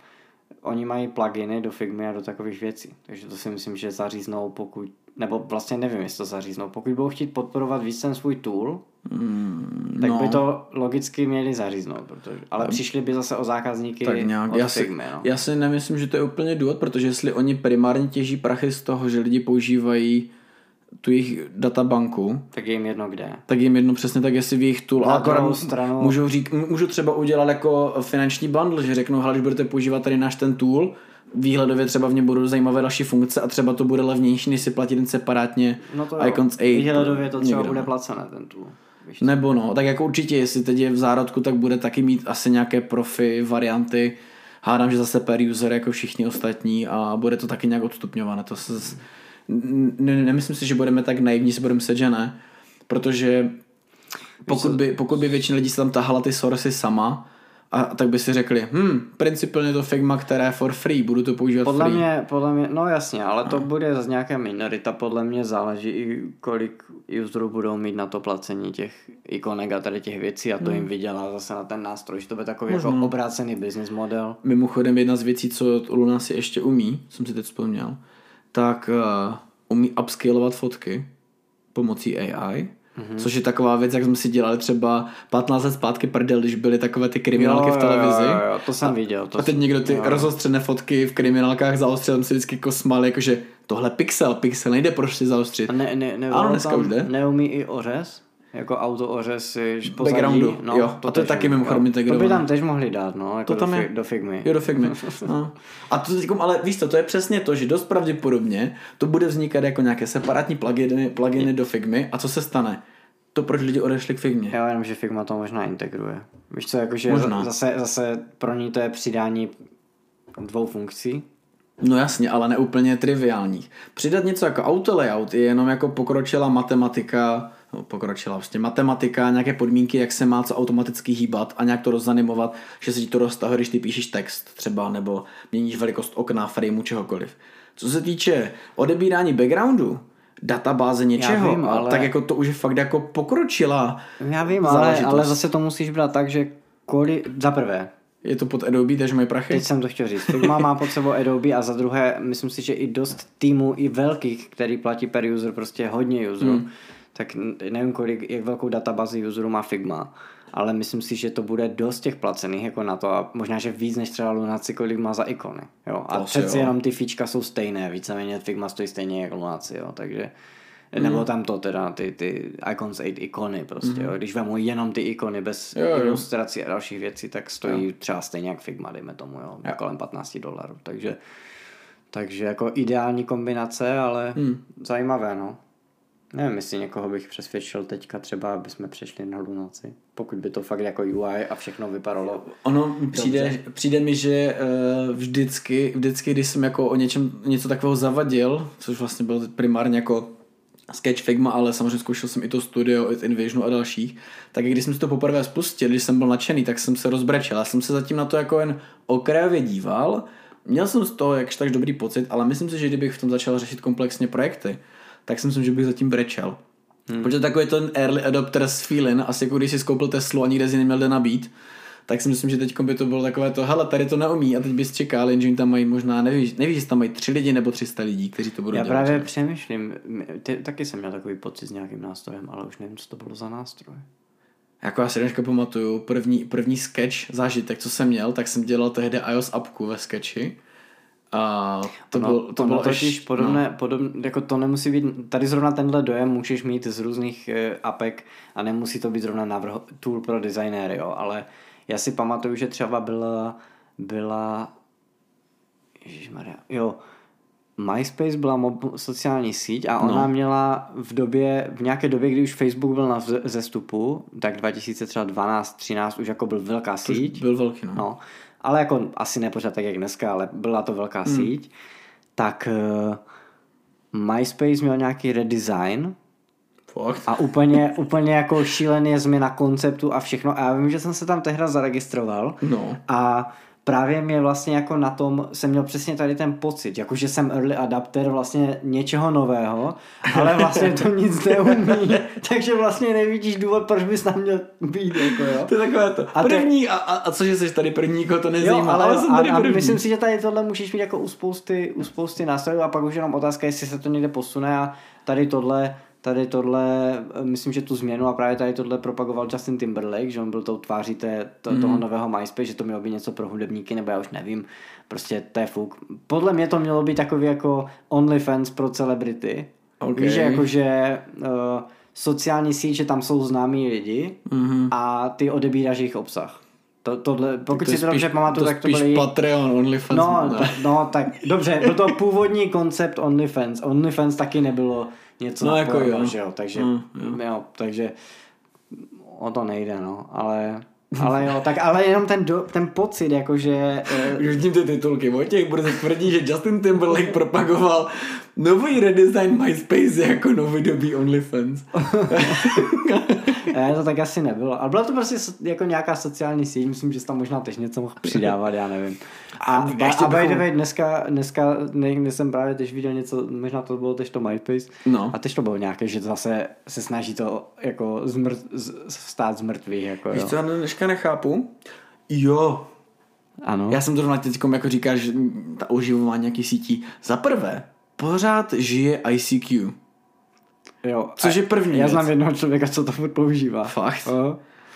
oni mají pluginy do Figmy a do takových věcí. Takže to si myslím, že zaříznou, pokud, nebo vlastně nevím, jestli to zaříznou. Pokud budou chtít podporovat víc ten svůj tool, mm, tak no. by to logicky měli zaříznout. Protože, ale přišli by zase o zákazníky tak nějak. od já Figmy. Si, no. Já si nemyslím, že to je úplně důvod, protože jestli oni primárně těží prachy z toho, že lidi používají tu jejich databanku, tak je jim jedno kde. Tak jim jedno přesně tak, jestli v jejich tool. Na druhou stranu můžou, řík, můžou třeba udělat jako finanční bundle, že řeknou, hele, když budete používat tady náš ten tool, výhledově třeba v něm budou zajímavé další funkce a třeba to bude levnější, než si platit ten separátně no to Icons jo. Výhledově to třeba někde, bude placené ten tool. Nebo no, tak jako určitě, jestli teď je v zárodku, tak bude taky mít asi nějaké profi varianty. Hádám, že zase per user jako všichni ostatní a bude to taky nějak odstupňované. To se, ne, nemyslím si, že budeme tak naivní, si budeme myslet, že ne, protože pokud by, pokud by většina lidí se tam tahala ty sourcey sama, a tak by si řekli, hm, principálně to Figma, které je for free, budu to používat podle free. Mě, podle mě, no jasně, ale to no. bude z nějaké minorita, podle mě záleží i kolik userů budou mít na to placení těch ikonek a tady těch věcí a to hmm. jim vydělá zase na ten nástroj, že to bude takový jako obrácený business model. Mimochodem jedna z věcí, co Luna si ještě umí, jsem si teď vzpomněl, tak uh, umí upscalovat fotky pomocí A I. Mm-hmm. Což je taková věc, jak jsme si dělali třeba patnáct let zpátky prdel, když byly takové ty kriminálky jo, v televizi. Jo, jo, jo, to jsem a, viděl. To a teď jsem, někdo ty jo. rozostřené fotky v kriminálkách zaostřil, tam si vždycky kosmal, jakože tohle pixel, pixel nejde prostě zaostřit. A ne, ne, ne, ano, dneska už jde. Neumí i ořez? Jako auto ořez pozadí? Backgroundu, no, jo. To a to je taky mimochodem integrované. To by tam tež mohli dát, no, jako to do, tam fi, do Figmy. Jo, do Figmy. No. A to teďkom, ale víš to, to je přesně to, že dost pravděpodobně to bude vznikat jako nějaké separátní pluginy, pluginy do Figmy a co se stane? To, proč lidi odešli k Figmě. Jo, jenom, že Figma to možná integruje. Víš co, jakože možná. Zase, zase pro ní to je přidání dvou funkcí. No jasně, ale ne úplně triviálních. Přidat něco jako auto layout je jenom jako pokročila matematika, no pokročila vlastně matematika, nějaké podmínky, jak se má co automaticky hýbat a nějak to rozanimovat, že se ti to roztahuje, když ty píšeš text třeba, nebo měníš velikost okna, frameu, čehokoliv. Co se týče odebírání backgroundu, databáze něčeho, vím, ale... tak jako to už je fakt jako pokročila. Já vím, ale, ale zase to musíš brát tak, že kvůli, za prvé, je to pod Adobe, takže mají prachy? Teď jsem to chtěl říct. Figma má pod sebou Adobe a za druhé, myslím si, že i dost týmů, i velkých, který platí per user, prostě hodně userů, hmm. tak nevím, kolik, jak velkou databázi userů má Figma, ale myslím si, že to bude dost těch placených jako na to a možná, že víc než třeba Lunacy, kolik má za ikony. Jo? A přeci jenom ty fíčka jsou stejné, víceméně Figma stojí stejně jako Lunacy, jo? Takže mm. nebo tam to teda, ty, ty Icons osm ikony prostě, mm. jo? Když vemu jenom ty ikony bez jo, jo. ilustrací a dalších věcí, tak stojí jo. třeba stejně jak Figma, dejme tomu, jo? Jo. kolem patnáct dolarů, takže takže jako ideální kombinace, ale mm. zajímavé, no. Nevím, jestli někoho bych přesvědčil teďka třeba, aby jsme přešli na Lunacy. Pokud by to fakt jako U I a všechno vypadalo. Ono přijde, přijde mi, že uh, vždycky, vždycky, když jsem jako o něčem něco takového zavadil, což vlastně byl primárně jako Sketch Figma, ale samozřejmě zkoušel jsem i to Studio, i InVisionu a dalších, tak když jsem si to poprvé spustil, když jsem byl nadšený, tak jsem se rozbrečel. Já jsem se zatím na to jako jen okrajově díval. Měl jsem z toho jakž tak dobrý pocit, ale myslím si, že kdybych v tom začal řešit komplexně projekty, tak si myslím, že bych zatím brečel. Hmm. Protože takový ten early adopters feeling, asi jako když jsi skoupil Teslu a nikde si neměl jde nabít, tak si myslím, že teď by to bylo takové to, hele, tady to neumí a teď bys čekal, jenže tam mají možná, nevíš, nevíš, jestli tam mají tři lidi nebo tři sta lidí, kteří to budou Já dělat. Já právě přemýšlím, ty, taky jsem měl takový pocit s nějakým nástrojem, ale už nevím, co to bylo za nástroj. Jako já si dneska pamatuju, první, první sketch zážitek, co jsem měl, tak jsem dělal tehdy iOS appku ve sketchi. A to no, bylo, to to bylo totiž podobné, no. podobné, jako to nemusí být, tady zrovna tenhle dojem můžeš mít z různých uh, apek a nemusí to být zrovna návrh, tool pro designéry, jo, ale já si pamatuju, že třeba byla, byla, ježišmarja, jo, MySpace byla mob, sociální síť a ona no. měla v době, v nějaké době, kdy už Facebook byl na vzestupu, tak dva tisíce dvanáct třináct už jako byl velká síť. Byl velký, no. no. Ale jako asi ne pořád tak jak dneska, ale byla to velká hmm. síť, tak uh, MySpace měl nějaký redesign Fakt? a úplně, úplně jako šílený změna konceptu a všechno. A já vím, že jsem se tam tehdy zaregistroval no. a právě mě vlastně jako na tom jsem měl přesně tady ten pocit, jako že jsem early adapter vlastně něčeho nového, ale vlastně to nic neumí, takže vlastně nevidíš důvod, proč bys tam měl být, jako jo. To je takové to. A první, a, a, a cože jsi tady první, koho to nezajímá, jo, ale, ale jsem tady a, první. A myslím si, že tady tohle můžeš mít jako u spousty, u spousty nástrojů a pak už jenom otázka, jestli se to někde posune a tady tohle Tady tohle, myslím, že tu změnu a právě tady tohle propagoval Justin Timberlake, že on byl tou tváří té, to, mm. toho nového MySpace, že to mělo být něco pro hudebníky, nebo já už nevím, prostě to je fuk. Podle mě to mělo být takový jako OnlyFans pro celebrity. Okay. Víš, jakože uh, sociální síť, že tam jsou známí lidi mm-hmm. a ty odebíráš jejich obsah. To, tohle, pokud to si to dobře pamatuju, tak to byl spíš Patreon, OnlyFans. No, to, no, tak dobře, byl to původní koncept OnlyFans. OnlyFans taky nebylo něco no, jako porno, jo. že jo, takže, mm, jo. jo, takže o to nejde, no, ale... Ale jo, tak ale jenom ten, do, ten pocit, jakože... Už vidím ty titulky, Vojtěch bude tvrdí, že Justin Timberlake propagoval nový redesign MySpace jako novodobý OnlyFans. Ne, to tak asi nebylo. Ale byla to prostě jako nějaká sociální síť, myslím, že jsi tam možná teď něco mohl přidávat, já nevím. A, a, a by the way, dneska, dneska ne, jsem právě teď viděl něco, možná to bylo teď to MySpace, no. A teď to bylo nějaké, že zase se snaží to jako zmrt, z, stát z mrtvých. Jako, víš, co já dneška nechápu? Jo. Ano. Já jsem to zrovna teďkom, jako říkáš, ta oživování nějakých sítí. Za prvé, pořád žije I C Q. Jo. Což je první Já věc. znám jednoho člověka, co to furt používá. Fakt? O.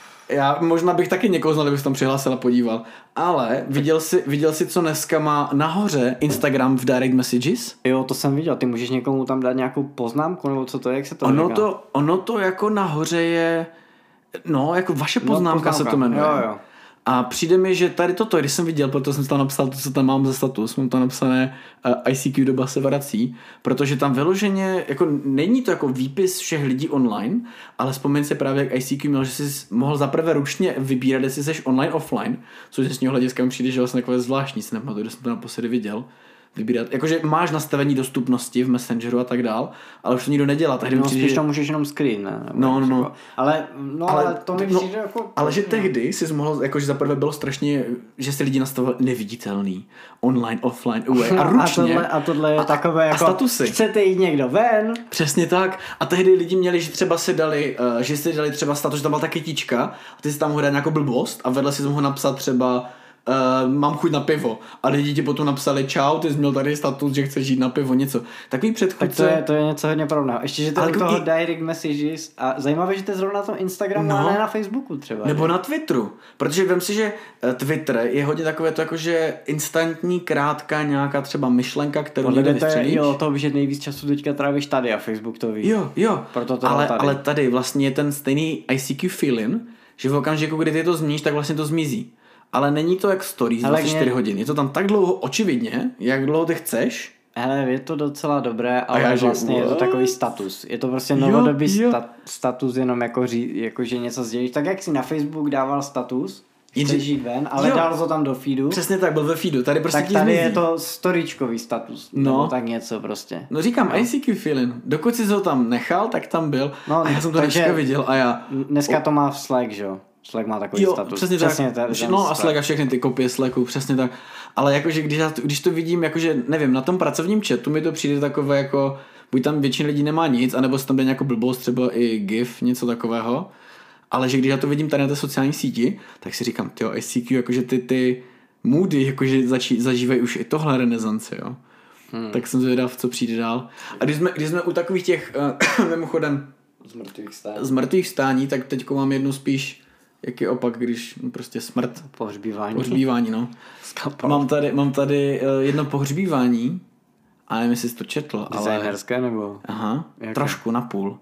Já možná bych taky někoho znal, kdybych tam přihlásil a podíval. Ale viděl jsi, viděl jsi, co dneska má nahoře Instagram v Direct Messages? Jo, to jsem viděl. Ty můžeš někomu tam dát nějakou poznámku, nebo co to je, jak se to ono říká? to, ono to jako nahoře je, no, jako vaše poznámka, no, poznámka. se to jmenuje. Jo, jo. A přijde mi, že tady toto, když jsem viděl, protože jsem tam napsal to, co tam mám za status, mám tam napsané uh, I C Q doba se vrací, protože tam vyloženě, jako není to jako výpis všech lidí online, ale vzpomeň si právě, jak I C Q měl, že jsi mohl zaprvé ručně vybírat, jestli jsi online, offline, což z něho hlediska mi přijde, že vlastně takové zvláštní, si nepamatuju, když jsem to naposledy viděl. Vybírat. Jakože máš nastavení dostupnosti v Messengeru a tak dál, ale už to nikdo nedělá. Tak no, spíš že... to můžeš jenom screen, ne? Nebo no, no, no. Ale, no, ale, ale to mi no, přijde jako... Ale že tehdy jsi mohl, jakože zaprvé bylo strašně, že si lidi nastavovali neviditelný, online, offline, away a ručně. A tohle, a tohle je a, takové jako, statusy. Chcete jít někdo ven? Přesně tak. A tehdy lidi měli, že třeba si dali, uh, že si dali třeba status, že tam byla ta kytička a ty si tam mohl dát nějakou blbost a vedle si mohl napsat třeba Uh, mám chuť na pivo. A lidi ti potom napsali čau, ty jsi měl tady status, že chceš jít na pivo, něco. Takový předchůdce. Tak to je, to je něco hodně podobného. Ještě, že to je toho i... direct messages a zajímavé, že to je zrovna na tom Instagramu, no, a ne na Facebooku třeba. Nebo že? na Twitteru. Protože vem si, že Twitter je hodně takové to jako, že instantní, krátká nějaká třeba myšlenka, kterou někde vystřelíš. Jo, to že nejvíc času teďka trávíš tady a Facebook to ví. Jo, jo. Proto to ale, tady. ale tady vlastně je ten stejný I C Q feeling, že v okamžiku, kdy ty to změníš, tak vlastně to zmizí. Ale není to jak stories dvacet čtyři mě... hodin. Je to tam tak dlouho, očividně, jak dlouho ty chceš. Hele, je to docela dobré, ale já, vlastně že... je to takový status. Je to prostě novodobý jo, jo. Sta- status, jenom jako, ří, jako že něco sdělíš. Tak jak si na Facebook dával status, chceš žít ven, ale jo. dal to tam do feedu. Přesně tak, byl ve feedu. Tady prostě tak tady je to storyčkový status. No. Nebo tak něco prostě. No říkám, no. I C Q feeling. Dokud jsi ho tam nechal, tak tam byl. No, a já jsem to dneska viděl a já... Dneska to má v Slack, že jo? Slack má takový jo, status. Přesně, přesně tak. tak no a Slack a všechny ty kopie Slacku, přesně tak. Ale jakože když, já, když to vidím, jakože nevím, na tom pracovním chatu mi to přijde takové jako, buď tam většina lidí nemá nic, anebo se tam jde nějakou blbost, třeba i GIF, něco takového. Ale že když já to vidím tady na té sociální síti, tak si říkám, tyjo, I C Q, jakože ty, ty moody, jakože začí, zažívají už i tohle renesanci, jo. Hmm. Tak jsem zvědav, co přijde dál. A když jsme, když jsme u takových těch, uh, mimochodem, z mrtvých stání. z mrtvých stání, tak teďko mám jednu spíš, jak je opak, když prostě smrt. Pohřbívání. Pohřbívání, no. Mám tady, mám tady uh, jedno pohřbívání, a nevím, jestli jsi to četl, ale... Designerské nebo? Aha, jaké? Trošku na půl.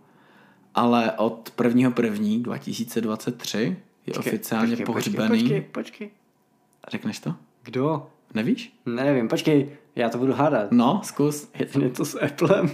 Ale od prvního prvního dva tisíce dvacet tři je počkej, oficiálně počkej, pohřbený. Počkej, počkej. Řekneš to? Kdo? Nevíš? Nevím, počkej, já to budu hádat. No, zkus. Je to něco s Applem?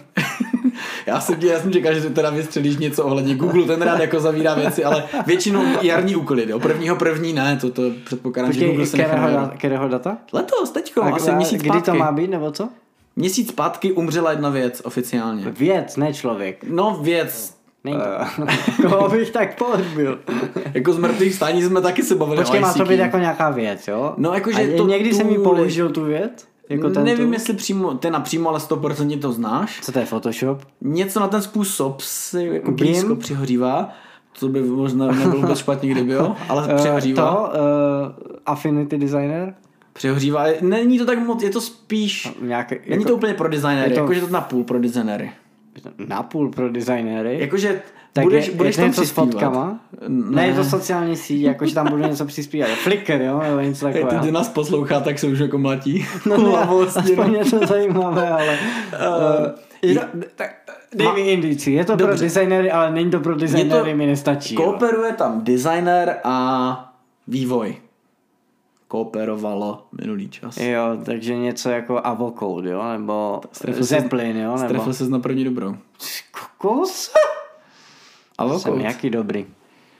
já, jsem, já jsem čekal, že ty teda vystřelíš něco ohledně Google, ten rád jako zavírá věci, ale většinou jarní úkoly, jo. Prvního první ne, to, to předpokládám, počkej, že Google se nechá. Kterého data? Letos, teďko, a asi měsíc kdy zpátky. Kdy to má být, nebo co? Měsíc zpátky umřela jedna věc oficiálně. Věc, ne člověk. No věc. Není to. Koho bych tak pohřbil? Jako z mrtvých stání jsme taky se bavili. Počkej, má to být jako nějaká věc, jo? No jakože to... Někdy tu... jsem mi položil tu věc? Jako nevím, tu... jestli přímo, ty napřímo, ale sto procent to znáš. Co to je Photoshop? Něco na ten způsob si jako blízko přihořívá. To by možná nebylo vůbec špatně, kdyby jo, ale přihořívá. To, uh, Affinity Designer? Přihořívá. Není to tak moc, je to spíš... Nějaké, není jako, to úplně pro designéry, to... jakože to napůl pro designéry. Napůl pro designéry? Jakože tak budeš, je, budeš je tam to s fotkama? Ne. ne, je to sociální síť, jakože tam budu něco přispívat. Flickr, jo, nebo něco takového. Ty nás poslouchá, tak se už jako mlatí. No ne, aspoň je to zajímavé, ale... Uh, je to, tak, dej mi indici, je to dobře. Pro designéry, ale není to pro designéry, mi nestačí. Kooperuje jo. Tam designer a vývoj. Kooperovalo minulý čas. Jo, takže něco jako Avocode, jo, nebo Zeppelin, jo, nebo... Strefil ses na první dobrou. Kokos? Avocode. Jsem jaký dobrý.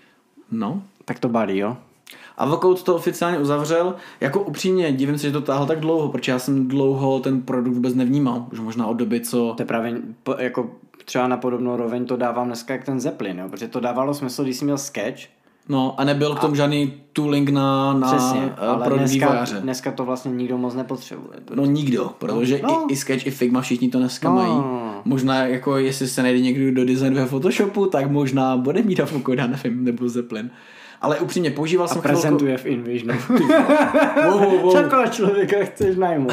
No. Tak to balí, jo? Avocode to oficiálně uzavřel. Jako upřímně, divím se, že to táhlo tak dlouho, protože já jsem dlouho ten produkt vůbec nevnímal. Už možná od doby, co... To je právě jako třeba na podobnou roveň to dávám dneska jak ten Zeppelin, jo? Protože to dávalo smysl, když jsi měl Sketch. No a nebyl k tomu a... žádný tooling na, na Přesně, ale pro dneska, vývojáře. Dneska to vlastně nikdo moc nepotřebuje. No nikdo, protože no. I, i Sketch, i Figma všichni to dneska no. mají. Možná jako jestli se najde někdo do design ve Photoshopu, tak možná bude mít Avocode, já nevím, nebo Zeppelin. Ale upřímně používal a jsem prezentuje chvilku... v InVisionu. wow, wow, wow. Taková člověka chceš najmout.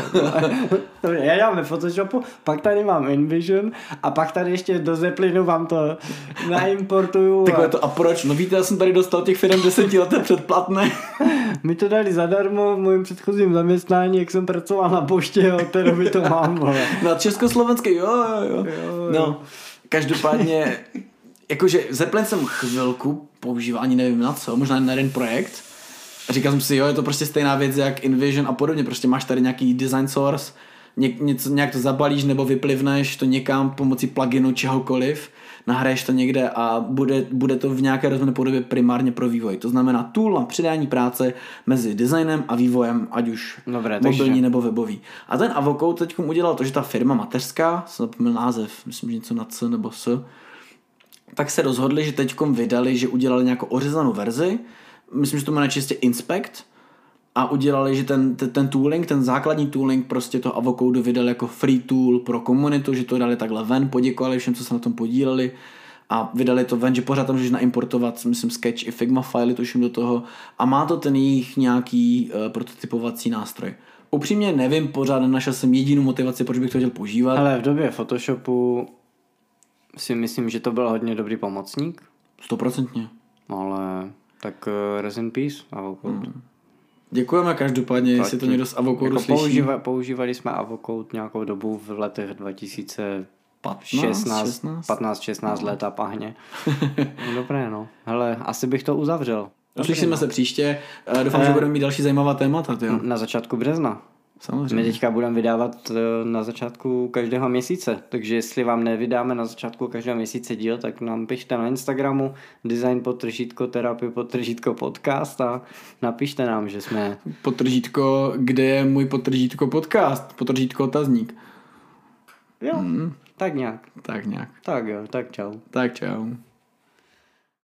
Já dělám ve Photoshopu, pak tady mám InVision a pak tady ještě do Zeppelinu vám to naimportuju. Takové a... to a proč? No víte, já jsem tady dostal těch firm desetileté předplatné. Mi to dali zadarmo v mojím předchozím zaměstnání, jak jsem pracoval na poště, od té doby to mám. Vole. Na československé, jo, jo, jo. jo, no, jo. Každopádně, jakože Zeppelin jsem chvilku používal, ani nevím na co, možná na jeden projekt. A říkal jsem si, jo, je to prostě stejná věc jak InVision a podobně, prostě máš tady nějaký design source, ně, něco, nějak to zabalíš nebo vyplivneš to někam pomocí pluginu čehokoliv, nahraješ to někde a bude, bude to v nějaké rozumné podobě primárně pro vývoj. To znamená tool na přidání práce mezi designem a vývojem, ať už Dobré, mobilní takže... nebo webový. A ten Avocode teď udělal to, že ta firma mateřská, jsem zapomněl název, myslím, že něco na C nebo S, tak se rozhodli, že teďkom vydali, že udělali nějakou ořezanou verzi, myslím, že to jmenuje čistě Inspect, a udělali, že ten, ten, ten tooling, ten základní tooling prostě to Avocode vydali jako free tool pro komunitu, že to dali takhle ven, poděkovali všem, co se na tom podíleli a vydali to ven, že pořád tam můžeš naimportovat, myslím, Sketch i Figma filey, tuším do toho a má to ten jejich nějaký uh, prototypovací nástroj. Upřímně nevím, pořád nenašel jsem jedinou motivaci, proč bych to chtěl používat. Ale v době Photoshopu si myslím, že to byl hodně dobrý pomocník. Stoprocentně. Ale tak uh, rest in peace, Avocode. Hmm. Děkujeme každopádně, Platí. Jestli to někdo z Avocode jako slyší. Používa, používali jsme Avocode nějakou dobu v letech dva tisíce patnáct šestnáct let a pahně. Dobré, no. Hele, asi bych to uzavřel. Uslyšíme no. se příště. Doufám, eh, že budeme mít další zajímavá témata. Tyjo. Na začátku března. Samozřejmě. My teďka budeme vydávat na začátku každého měsíce, takže jestli vám nevydáme na začátku každého měsíce díl, tak nám pište na Instagramu design podtržítko terapie podtržítko podcast a napište nám, že jsme... Podtržítko, kde je můj podtržítko podcast? Podtržítko otazník. Jo, hmm. tak nějak. Tak nějak. Tak jo, tak čau. Tak čau.